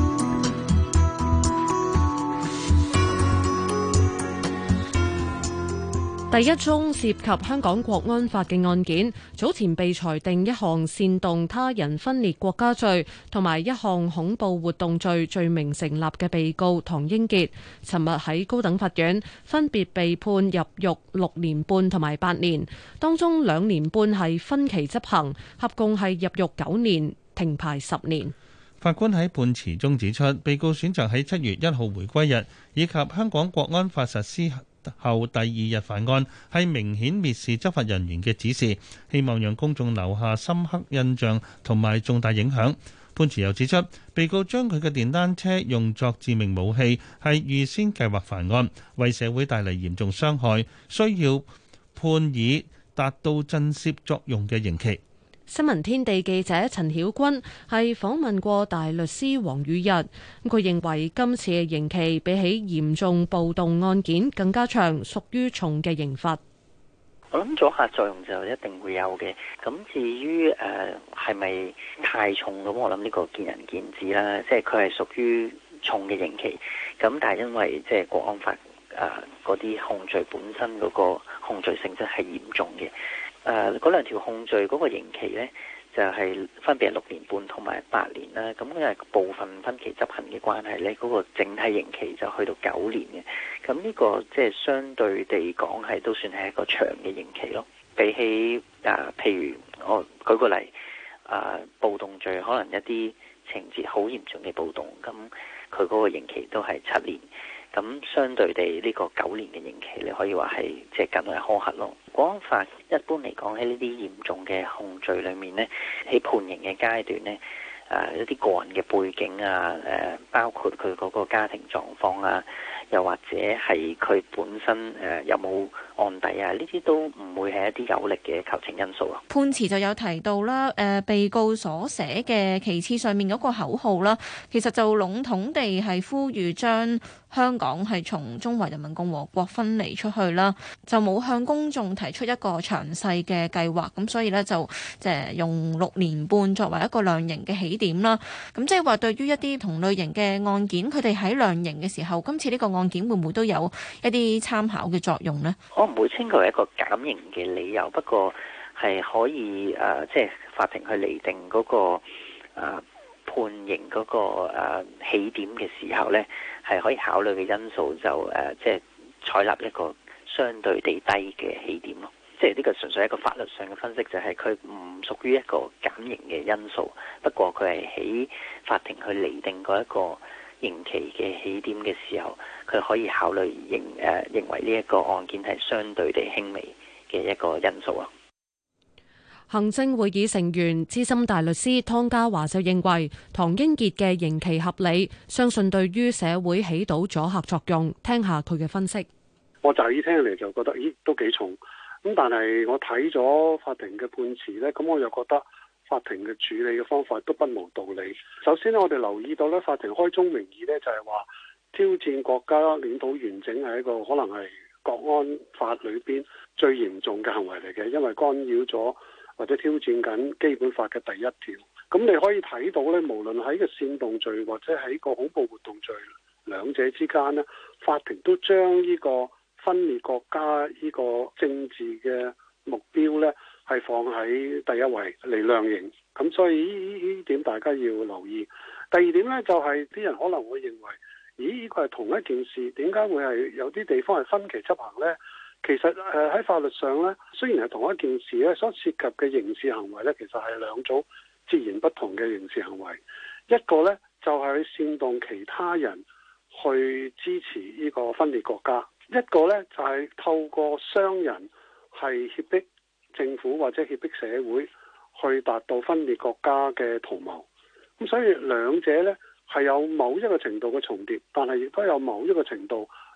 第一宗涉及香港國安法嘅案件，早前被裁定一項煽動他人分裂國家罪同埋一項恐怖活動罪罪名成立嘅被告唐英傑，尋日喺高等法院分別被判入獄6年半同埋8年，當中2年半係分期執行，合共係入獄9年，停牌10年。 法官喺判詞中指出，被告選擇喺7月1號回歸日以及香港國安法實施後第2日犯案，係明顯蔑視執法人員嘅指示，希望讓公眾留下深刻印象同埋重大影響。判詞又指出，被告將佢嘅電單車用作致命武器，係預先計劃犯案，為社會帶嚟嚴重傷害，需要判以達到震懾作用嘅刑期。 新聞天地記者陳曉君係訪問過大律師黃宇日，佢認為今次嘅刑期比起嚴重暴動案件更加長，屬於重嘅刑罰。 我諗阻嚇作用就一定會有嘅，咁至於係咪太重咁，我諗呢個見仁見智啦。即係佢係屬於重嘅刑期，咁但係因為即係國安法嗰啲控罪本身嗰個控罪性質係嚴重嘅。嗰2條控罪嗰個刑期呢，就係分別係6年半同埋8年啦。咁因為部分分期執行嘅關係呢，嗰個整體刑期就去到9年嘅。咁呢個即係相對地講係都算係一個長嘅刑期咯。比起譬如我舉個例，暴動罪可能一啲情節好嚴重嘅暴動，咁佢嗰個刑期都係7年。咁相對地呢個9年嘅刑期，你可以話係即係更為苛刻咯。國安法一般嚟講喺呢啲嚴重嘅控罪裏面呢，喺判刑嘅階段呢，一啲個人嘅背景啊，包括佢嗰個家庭狀況啊，又或者係佢本身有冇案底啊，呢啲都唔會係一啲有力嘅求情因素啊。 判詞就有提到啦，被告所寫嘅旗幟上面嗰個口號啦，其實就籠統地係呼籲將香港係從中華人民共和國分離出去啦，就冇向公眾提出一個詳細嘅計劃，咁所以呢，就即係用6年半作為一個量刑嘅起點啦。咁即係話對於一啲同類型嘅案件，佢哋喺量刑嘅時候，今次呢個案件會唔會都有一啲參考嘅作用呢？ 我唔會稱佢為一個減刑嘅理由，不過係可以即係法庭去釐定嗰個判刑嗰個起點嘅時候呢，係可以考慮嘅因素就即係採納一個相對地低嘅起點咯。即係呢個純粹係一個法律上嘅分析，就係佢唔屬於一個減刑嘅因素，不過佢係喺法庭去釐定嗰一個刑期嘅起點嘅時候，佢可以考慮認為呢一個案件係相對地輕微嘅一個因素啊。 行政會議成員資深大律師湯家驊就認為唐英傑嘅刑期合理，相信對於社會起到阻嚇作用。聽下佢嘅分析。 我乍耳聽嚟就覺得，咦，都幾重。咁但係我睇咗法庭嘅判詞呢，咁我又覺得法庭嘅處理嘅方法都不無道理。首先呢，我哋留意到呢，法庭開宗明義呢，就係話挑戰國家領土完整係一個可能係國安法裏邊最嚴重嘅行為嚟嘅，因為干擾咗或者挑戰緊基本法嘅第1條。咁你可以睇到呢，無論喺個煽動罪或者喺個恐怖活動罪兩者之間呢，法庭都將呢個分裂國家呢個政治嘅目標呢，係放喺第一位嚟量刑。咁所以呢點大家要留意。第二點呢，就係啲人可能會認為，咦，呢個係同一件事，點解會係有啲地方係分期執行呢？其實喺法律上呢，雖然係同一件事咧，所涉及嘅刑事行為呢，其實係2種截然不同嘅刑事行為。一個呢，就係煽動其他人去支持呢個分裂國家，一個呢，就係透過商人係脅迫政府或者脅迫社會去達到分裂國家嘅圖謀。咁所以兩者呢，係有某一個程度嘅重疊，但係亦都有某一個程度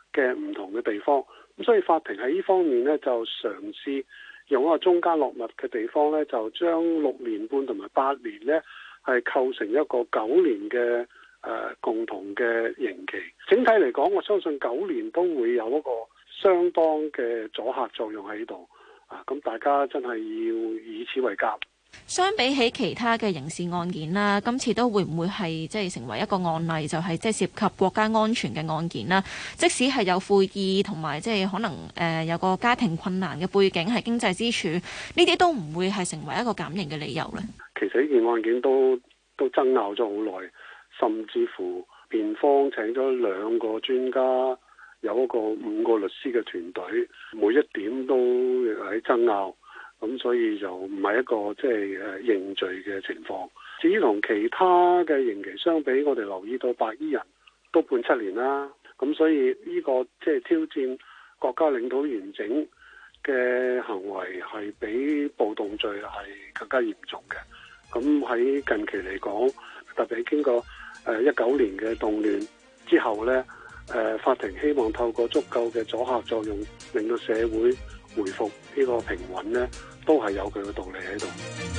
嘅唔同嘅地方。咁所以法庭喺呢方面呢，就嘗試用一個中間落墨嘅地方呢，就將6年半同埋8年呢，係構成一個9年嘅共同嘅刑期。整體嚟講，我相信9年都會有一個相當嘅阻嚇作用喺度。咁大家真係要以此為鑑。 相比起其他嘅刑事案件啦，今次都會唔會係即係成為一個案例，就係即係涉及國家安全嘅案件啦？即使係有悔意同埋即係可能有個家庭困難嘅背景係經濟支柱，呢啲都唔會係成為一個減刑嘅理由咧。 其實呢件案件都爭拗咗好耐，甚至乎辯方請咗2個專家，有一個5個律師嘅團隊，每一點都喺爭拗。咁所以就唔係一個即係認罪嘅情況。至於同其他嘅刑期相比，我哋留意到白衣人都判7年啦。咁所以呢個即係挑戰國家領土完整嘅行為係比暴動罪係更加嚴重嘅。咁喺近期嚟講，特別係經過19年嘅動亂之後呢，法庭希望透過足夠嘅阻嚇作用，令到社會回復呢個平穩呢，都係有佢嘅道理喺度。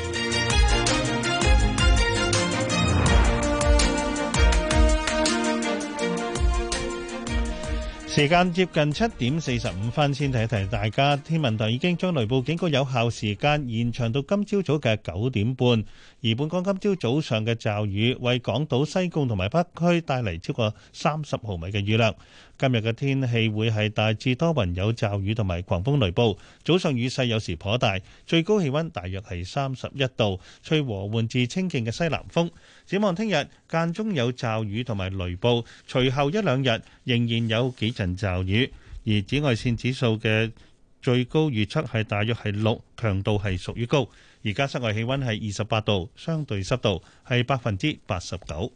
時間接近7點45分，先提一提大家。天文台已經將雷暴警告有效時間延長到今朝早嘅9點半。而本港今朝早上嘅驟雨為港島西貢同埋北區帶嚟超過30毫米嘅雨量。今日嘅天氣會係大致多雲有驟雨同埋狂風雷暴，早上雨勢有時頗大，最高氣溫大約係31度，吹和緩至清勁嘅西南風。展望聽日間中有驟雨同埋雷暴，隨後1-2日仍然有幾陣驟雨，而紫外線指數嘅最高預測係大約係6，強度係屬於高。而家室外氣溫係28度，相對濕度係89%。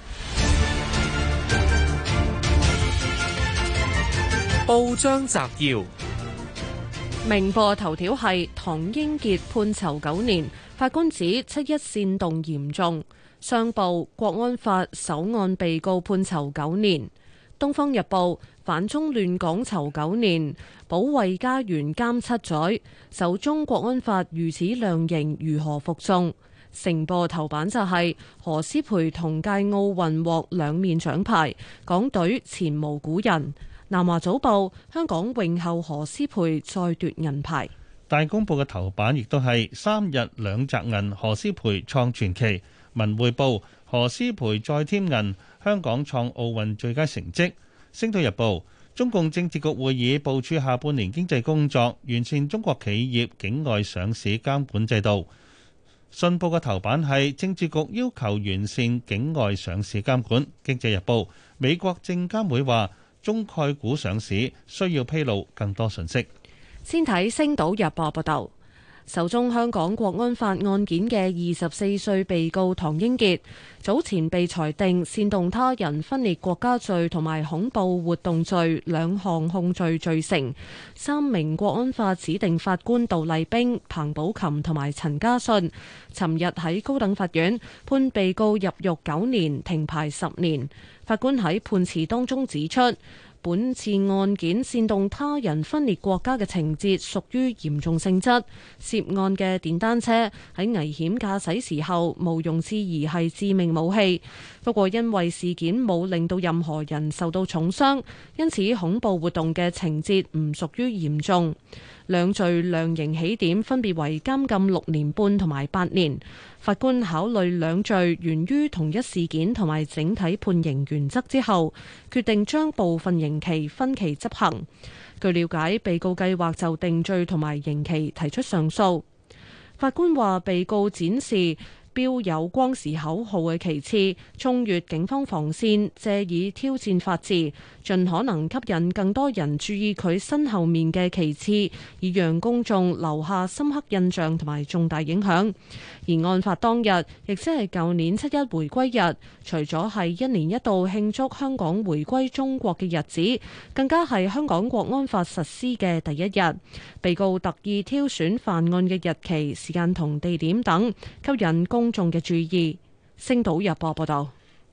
報章摘要： 明報頭條係唐英傑判囚9年，法官指7·1煽動嚴重。商報國安法首案被告判囚9年。東方日報反中亂港囚9年，保衛家園監7載，首宗國安法如此量刑，如何服眾？成報頭版就係何詩蓓同屆奧運獲2面獎牌，港隊前無古人。南華早報香港泳后何詩蓓再奪銀牌。 大公報嘅頭版亦都係3日2擲銀，何詩蓓創傳奇。文匯報何詩蓓再添銀，香港創奧運最佳成績。星島日報中共政治局會議部署下半年經濟工作，完善中國企業境外上市監管制度。信報嘅頭版係政治局要求完善境外上市監管。經濟日報美國證監會話中概股上市需要披露更多信息。 先睇星島日報報道。首宗香港國安法案件嘅24歲被告唐英傑，早前被裁定煽動他人分裂國家罪同埋恐怖活動罪2項控罪罪成。3名國安法指定法官杜麗冰、彭寶琴同埋陳家信，尋日喺高等法院判被告入獄9年，停牌10年。法官喺判詞當中指出，本次案件煽動他人分裂國家嘅情節屬於嚴重性質，涉案嘅電單車喺危險駕駛時候毋庸置疑係致命武器。不過因為事件冇令到任何人受到重傷，因此恐怖活動嘅情節唔屬於嚴重。兩罪量刑起點分別為監禁6年半同埋8年。法官考慮兩罪源於同一事件同埋整體判刑原則之後，決定將部分刑期分期執行。據了解，被告計劃就定罪同埋刑期提出上訴。法官話，被告展示標有光時口號嘅旗幟，衝越警方防線，借以挑戰法治，盡可能吸引更多人注意佢身後面嘅旗幟，以讓公眾留下深刻印象同埋重大影響。而案發當日，亦即係舊年7·1回歸日，除咗係1年1度慶祝香港回歸中國嘅日子，更加係香港國安法實施嘅第一日。被告特意挑選犯案嘅日期、時間同地點等，吸引公眾嘅注意。星島日報報道。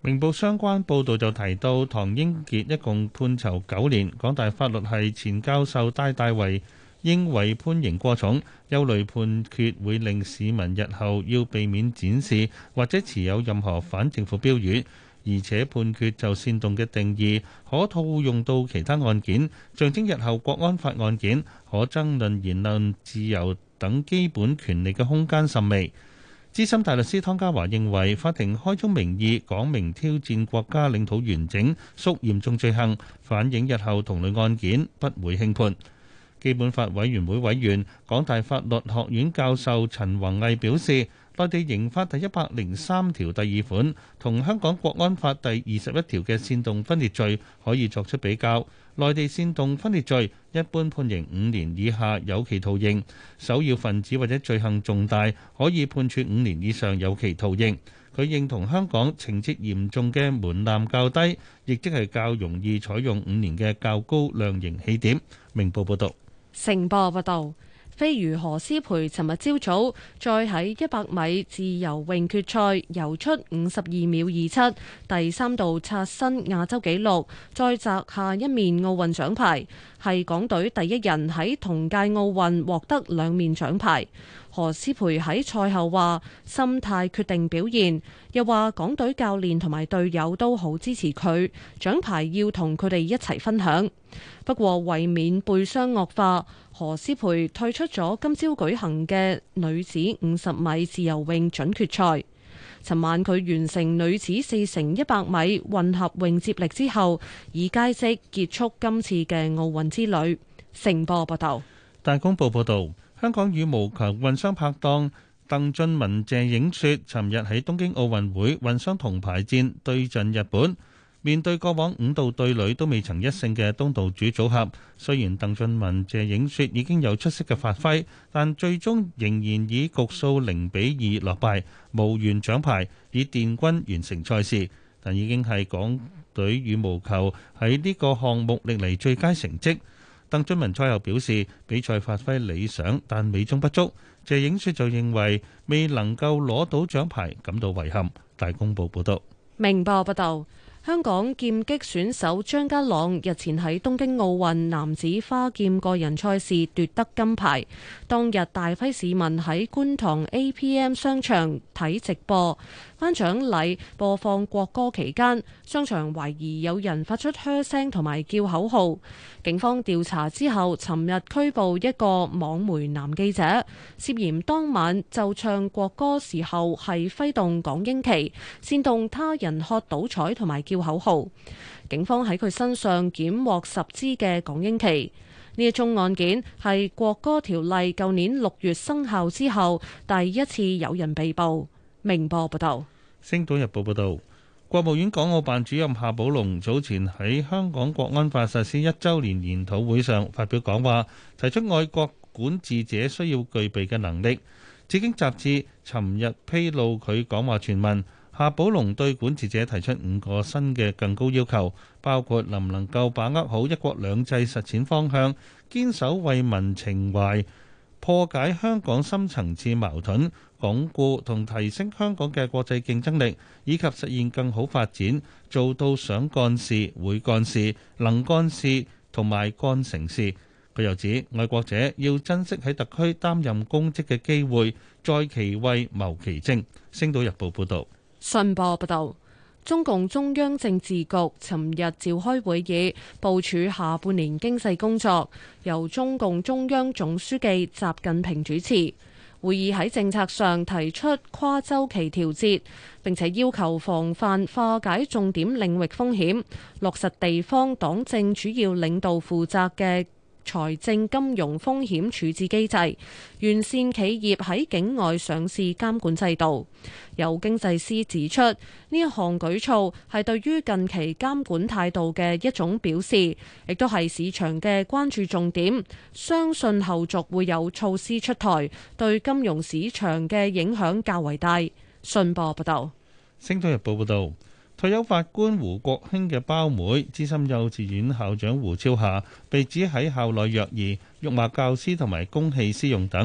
明報相關報導就提到，唐英傑一共判囚9年，港大法律系前教授戴大為認為判刑過重，憂慮判決會令市民日後要避免展示或者持有任何反政府標語，而且判決就煽動嘅定義可套用到其他案件，象徵日後國安法案件可爭論言論自由等基本權利嘅空間甚微。資深大律師湯家驊認為，法庭開宗明義講明挑戰國家領土完整屬嚴重罪行，反映日後同類案件不會輕判。基本法委員會委員、港大法律學院教授陳宏毅表示，內地刑法第103條第2款同香港國安法第21條嘅煽動分裂罪可以作出比較。內地煽動分裂罪一般判刑5年以下有期徒刑，首要分子或者罪行重大可以判處5年以上有期徒刑。佢認同香港情節嚴重嘅門檻較低，亦即係較容易採用5年嘅較高量刑起點。明報報道。 成報報道。飛魚何詩蓓尋日朝早再喺100米自由泳決賽游出52秒27，第3度刷新亞洲紀錄，再摘下一面奧運獎牌，係港隊第一人喺同屆奧運獲得2面獎牌。何詩蓓喺賽後話心態決定表現，又話港隊教練同埋隊友都好支持佢，獎牌要同佢哋一齊分享。不過為免背傷惡化，何詩蓓退出咗今朝舉行嘅女子50米自由泳準決賽。尋晚佢完成女子4乘100米混合泳接力之後，以佳績結束今次嘅奧運之旅。成報報道。 大公報報道，香港羽毛球混雙拍檔鄧俊文謝影雪尋日喺東京奧運會混雙銅牌戰對陣日本。面對過往5度對壘都未曾一勝嘅東道主組合，雖然鄧俊文謝影雪已經有出色嘅發揮，但最終仍然以局數0-2落敗，無緣獎牌，以殿軍完成賽事。但已經係港隊羽毛球喺呢個項目歷嚟最佳成績。鄧俊文賽後表示，比賽發揮理想，但美中不足。謝影雪就認為未能夠攞到獎牌感到遺憾。大公報報道。 明報報道。香港劍擊選手張家朗日前喺東京奧運男子花劍個人賽事奪得金牌，當日大批市民喺觀塘 APM 商場睇直播。頒獎禮播放國歌期間，商場懷疑有人發出噓聲同埋叫口號。警方調查之後，尋日拘捕一個網媒男記者，涉嫌當晚奏唱國歌時候係揮動港英旗，煽動他人喝倒彩同埋叫口號。警方喺佢身上檢獲10支嘅港英旗。呢一宗案件係國歌條例舊年6月生效之後第一次有人被捕。明報報道。 星島日報報道，國務院港澳辦主任夏寶龍早前喺香港國安法實施1週年研討會上發表講話，提出愛國管治者需要具備嘅能力。紫荊雜誌尋日披露佢講話全文，夏寶龍對管治者提出5個新嘅更高要求，包括能唔能夠把握好一國兩制實踐方向，堅守為民情懷，破解香港深層次矛盾，鞏固同提升香港嘅國際競爭力，以及實現更好發展，做到想幹事、會幹事、能幹事同埋幹成事。佢又指，愛國者要珍惜喺特區擔任公職嘅機會，在其位謀其政。星島日報報道。 信報報道，中共中央政治局尋日召開會議，部署下半年經濟工作，由中共中央總書記習近平主持。會議喺政策上提出跨週期調節，並且要求防範化解重點領域風險，落實地方黨政主要領導負責嘅財政金融風險處置機制，完善企業喺境外上市監管制度。有經濟師指出，呢一項舉措係對於近期監管態度嘅一種表示，亦都係市場嘅關注重點。相信後續會有措施出台，對金融市場嘅影響較為大。信報報道。 星島日報報道。退休法官胡國興嘅胞妹、資深幼稚園校長胡超霞被指喺校內虐兒、辱罵教師同埋公器私用等。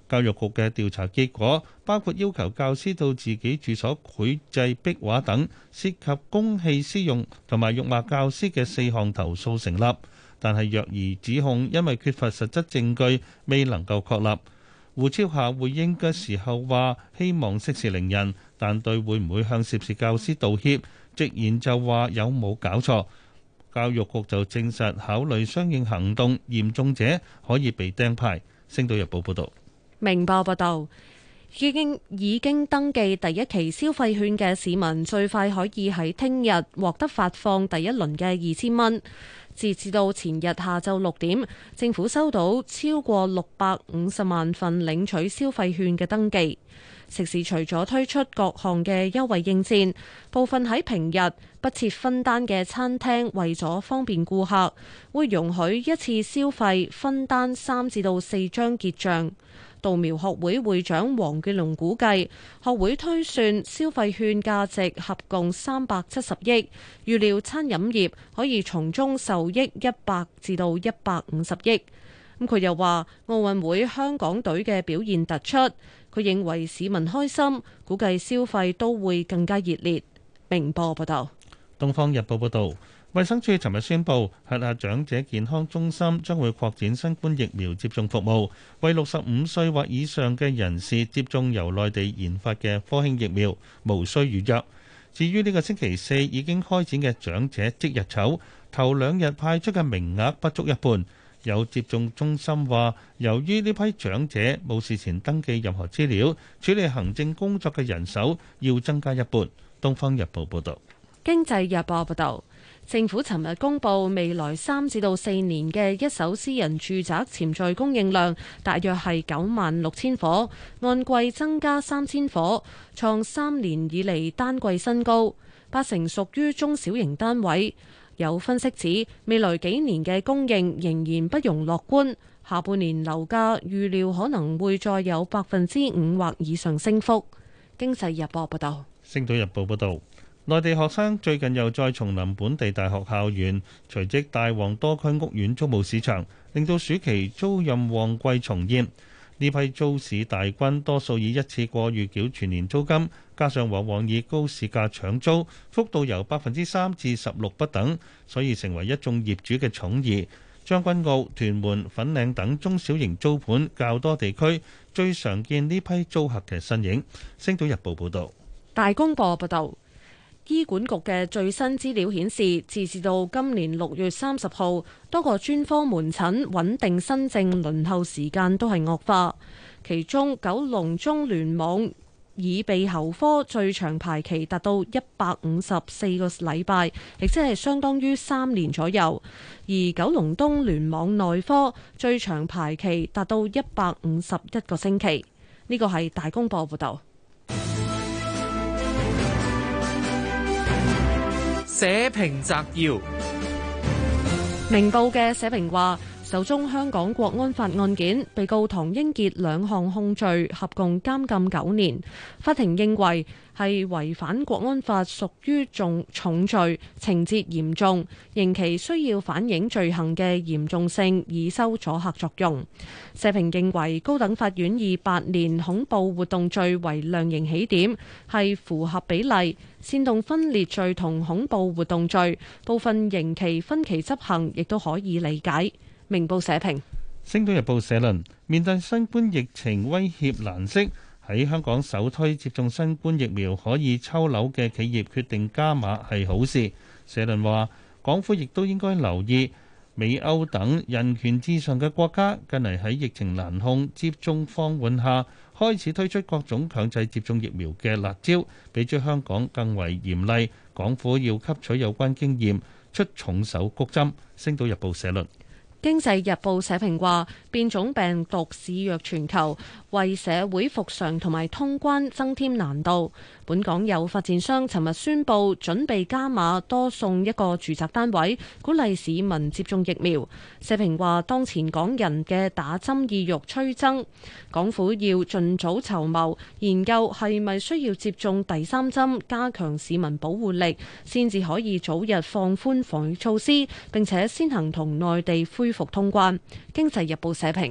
教育局嘅調查結果包括要求教師到自己住所繪製壁畫等涉及公器私用同埋辱罵教師嘅4項投訴成立，但係虐兒指控因為缺乏實質證據未能夠確立。胡超夏回應嘅時候話希望息事寧人，但對會唔會向涉事教師道歉，直言就話有冇搞錯。教育局就證實考慮相應行動，嚴重者可以被釘牌。星島日報報導。 明報報導，已經登記第一期消費券嘅市民，最快可以喺聽日獲得發放第一輪嘅2000蚊。截至到前日下晝6點，政府收到超過650萬份領取消費券嘅登記。食肆除咗推出各項嘅優惠應戰，部分喺平日不設分單嘅餐廳，為咗方便顧客，會容許一次消費分單3至到4張結帳。稻苗學會會長黃傑龍估計，學會推算消費券價值合共370億，預料餐飲業可以從中受益100至到150億。佢又話，奧運會香港隊嘅表現突出，佢認為市民開心，估計消費都會更加熱烈。明報報道。 《東方日報》報導，衛生署尋日宣布，轄下長者健康中心將會擴展新冠疫苗接種服務，為65歲或以上嘅人士接種由內地研發嘅科興疫苗，無需預約。至於呢個星期4已經開展嘅長者即日籌，頭2日派出嘅名額不足一半。有接種中心話，由於呢批長者冇事前登記任何資料，處理行政工作嘅人手要增加一半。《東方日報》報導。 經濟日報報導，政府尋日公布未來3至到4年嘅一手私人住宅潛在供應量，大約係96,000伙，按季增加3000伙，創3年以嚟單季新高。80%屬於中小型單位。有分析指，未來幾年嘅供應仍然不容樂觀，下半年樓價預料可能會再有5%或以上升幅。經濟日報報導。 星島日報報導。內地學生最近又再重臨本地大學校園，隨即帶旺多區屋苑租務市場，令到暑期租賃旺季重現。呢批租市大軍多數以一次過預繳全年租金，加上往往以高市價搶租，幅度由3%至16%不等，所以成為一眾業主嘅寵兒。將軍澳、屯門、粉嶺等中小型租盤較多地區最常見呢批租客嘅身影。星島日報報導。 大公報報導。醫管局嘅最新資料顯示，截至到今年6月30號，多個專科門診穩定新症輪候時間都係惡化。其中，九龍中聯網耳鼻喉科最長排期達到154個禮拜，亦即係相當於3年左右。而九龍東聯網內科最長排期達到151個星期。呢個係大公報報導。 社評摘要： 明報嘅社評話，首宗香港國安法案件，被告唐英傑2項控罪，合共監禁9年。法庭認為係違反國安法，屬於重罪，情節嚴重，刑期需要反映罪行嘅嚴重性，以收阻嚇作用。社評認為高等法院以8年恐怖活動罪為量刑起點，係符合比例。煽動分裂罪同恐怖活動罪部分刑期分期執行，亦都可以理解。明報社評。 星島日報社論：面對新冠疫情威脅難息，喺香港首推接種新冠疫苗可以抽樓嘅企業決定加碼係好事。社論話，港府亦都應該留意美歐等人權至上嘅國家，近嚟喺疫情難控、接種放緩下，開始推出各種強制接種疫苗嘅辣招，比住香港更為嚴厲。港府要吸取有關經驗，出重手谷針。星島日報社論。 經濟日報社評話，變種病毒肆虐全球，為社會復常同埋通關增添難度。本港有發展商尋日宣布準備加碼多送一個住宅單位，鼓勵市民接種疫苗。社評話，當前港人嘅打針意欲趨增，港府要盡早籌謀，研究係咪需要接種第3針，加強市民保護力，先至可以早日放寬防疫措施，並且先行同內地恢復通關。經濟日報社評。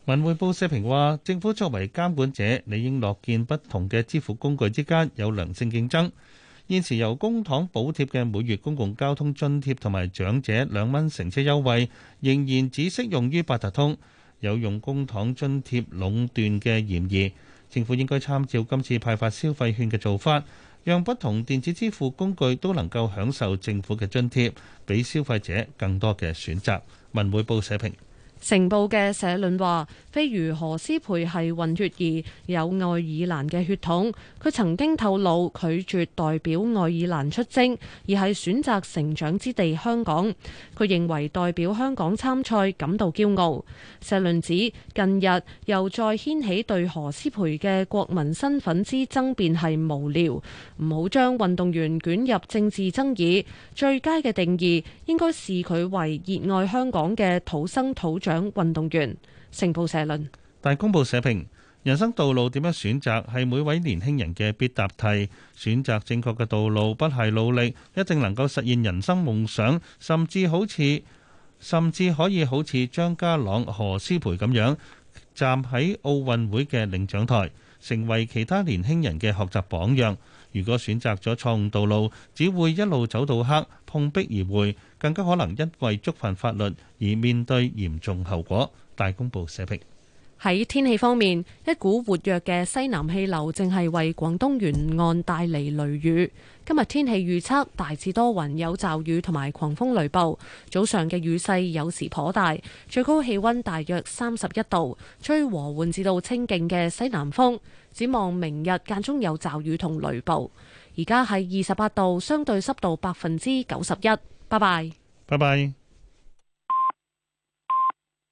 文匯報社評話，政府作為監管者，理應樂見不同嘅支付工具之間有良性競爭。現時由公帑補貼嘅每月公共交通津貼同埋長者2蚊乘車優惠，仍然只適用於八達通，有用公帑津貼壟斷嘅嫌疑。政府應該參照今次派發消費券嘅做法，讓不同電子支付工具都能夠享受政府嘅津貼，俾消費者更多嘅選擇。文匯報社評。 成報嘅社論話，飛魚何詩蓓係混血兒，有愛爾蘭嘅血統。佢曾經透露拒絕代表愛爾蘭出征，而係選擇成長之地香港。佢認為代表香港參賽感到驕傲。社論指近日又再掀起對何詩蓓嘅國民身份之爭辯係無聊，唔好將運動員捲入政治爭議。最佳嘅定義應該視佢為熱愛香港嘅土生土長運動員。成報社論。 大公報社評：人生道路點樣選擇係每位年輕人嘅必答題。選擇正確嘅道路，不懈努力，一定能夠實現人生夢想，甚至可以好似張家朗、何詩蓓咁樣站喺奧運會嘅領獎台，成為其他年輕人嘅學習榜樣。如果選擇咗錯誤道路，只會一路走到黑，碰壁而回，更加可能因為觸犯法律而面對嚴重後果。大公報社評。 喺天氣方面，一股活躍嘅西南氣流正係為廣東沿岸帶嚟雷雨。今日天氣預測大致多雲，有驟雨同埋狂風雷暴，早上嘅雨勢有時頗大，最高氣溫大約31度，吹和緩至到清勁嘅西南風。展望明日間中有驟雨同雷暴。而家係28度，相對濕度91%。拜拜。 拜拜。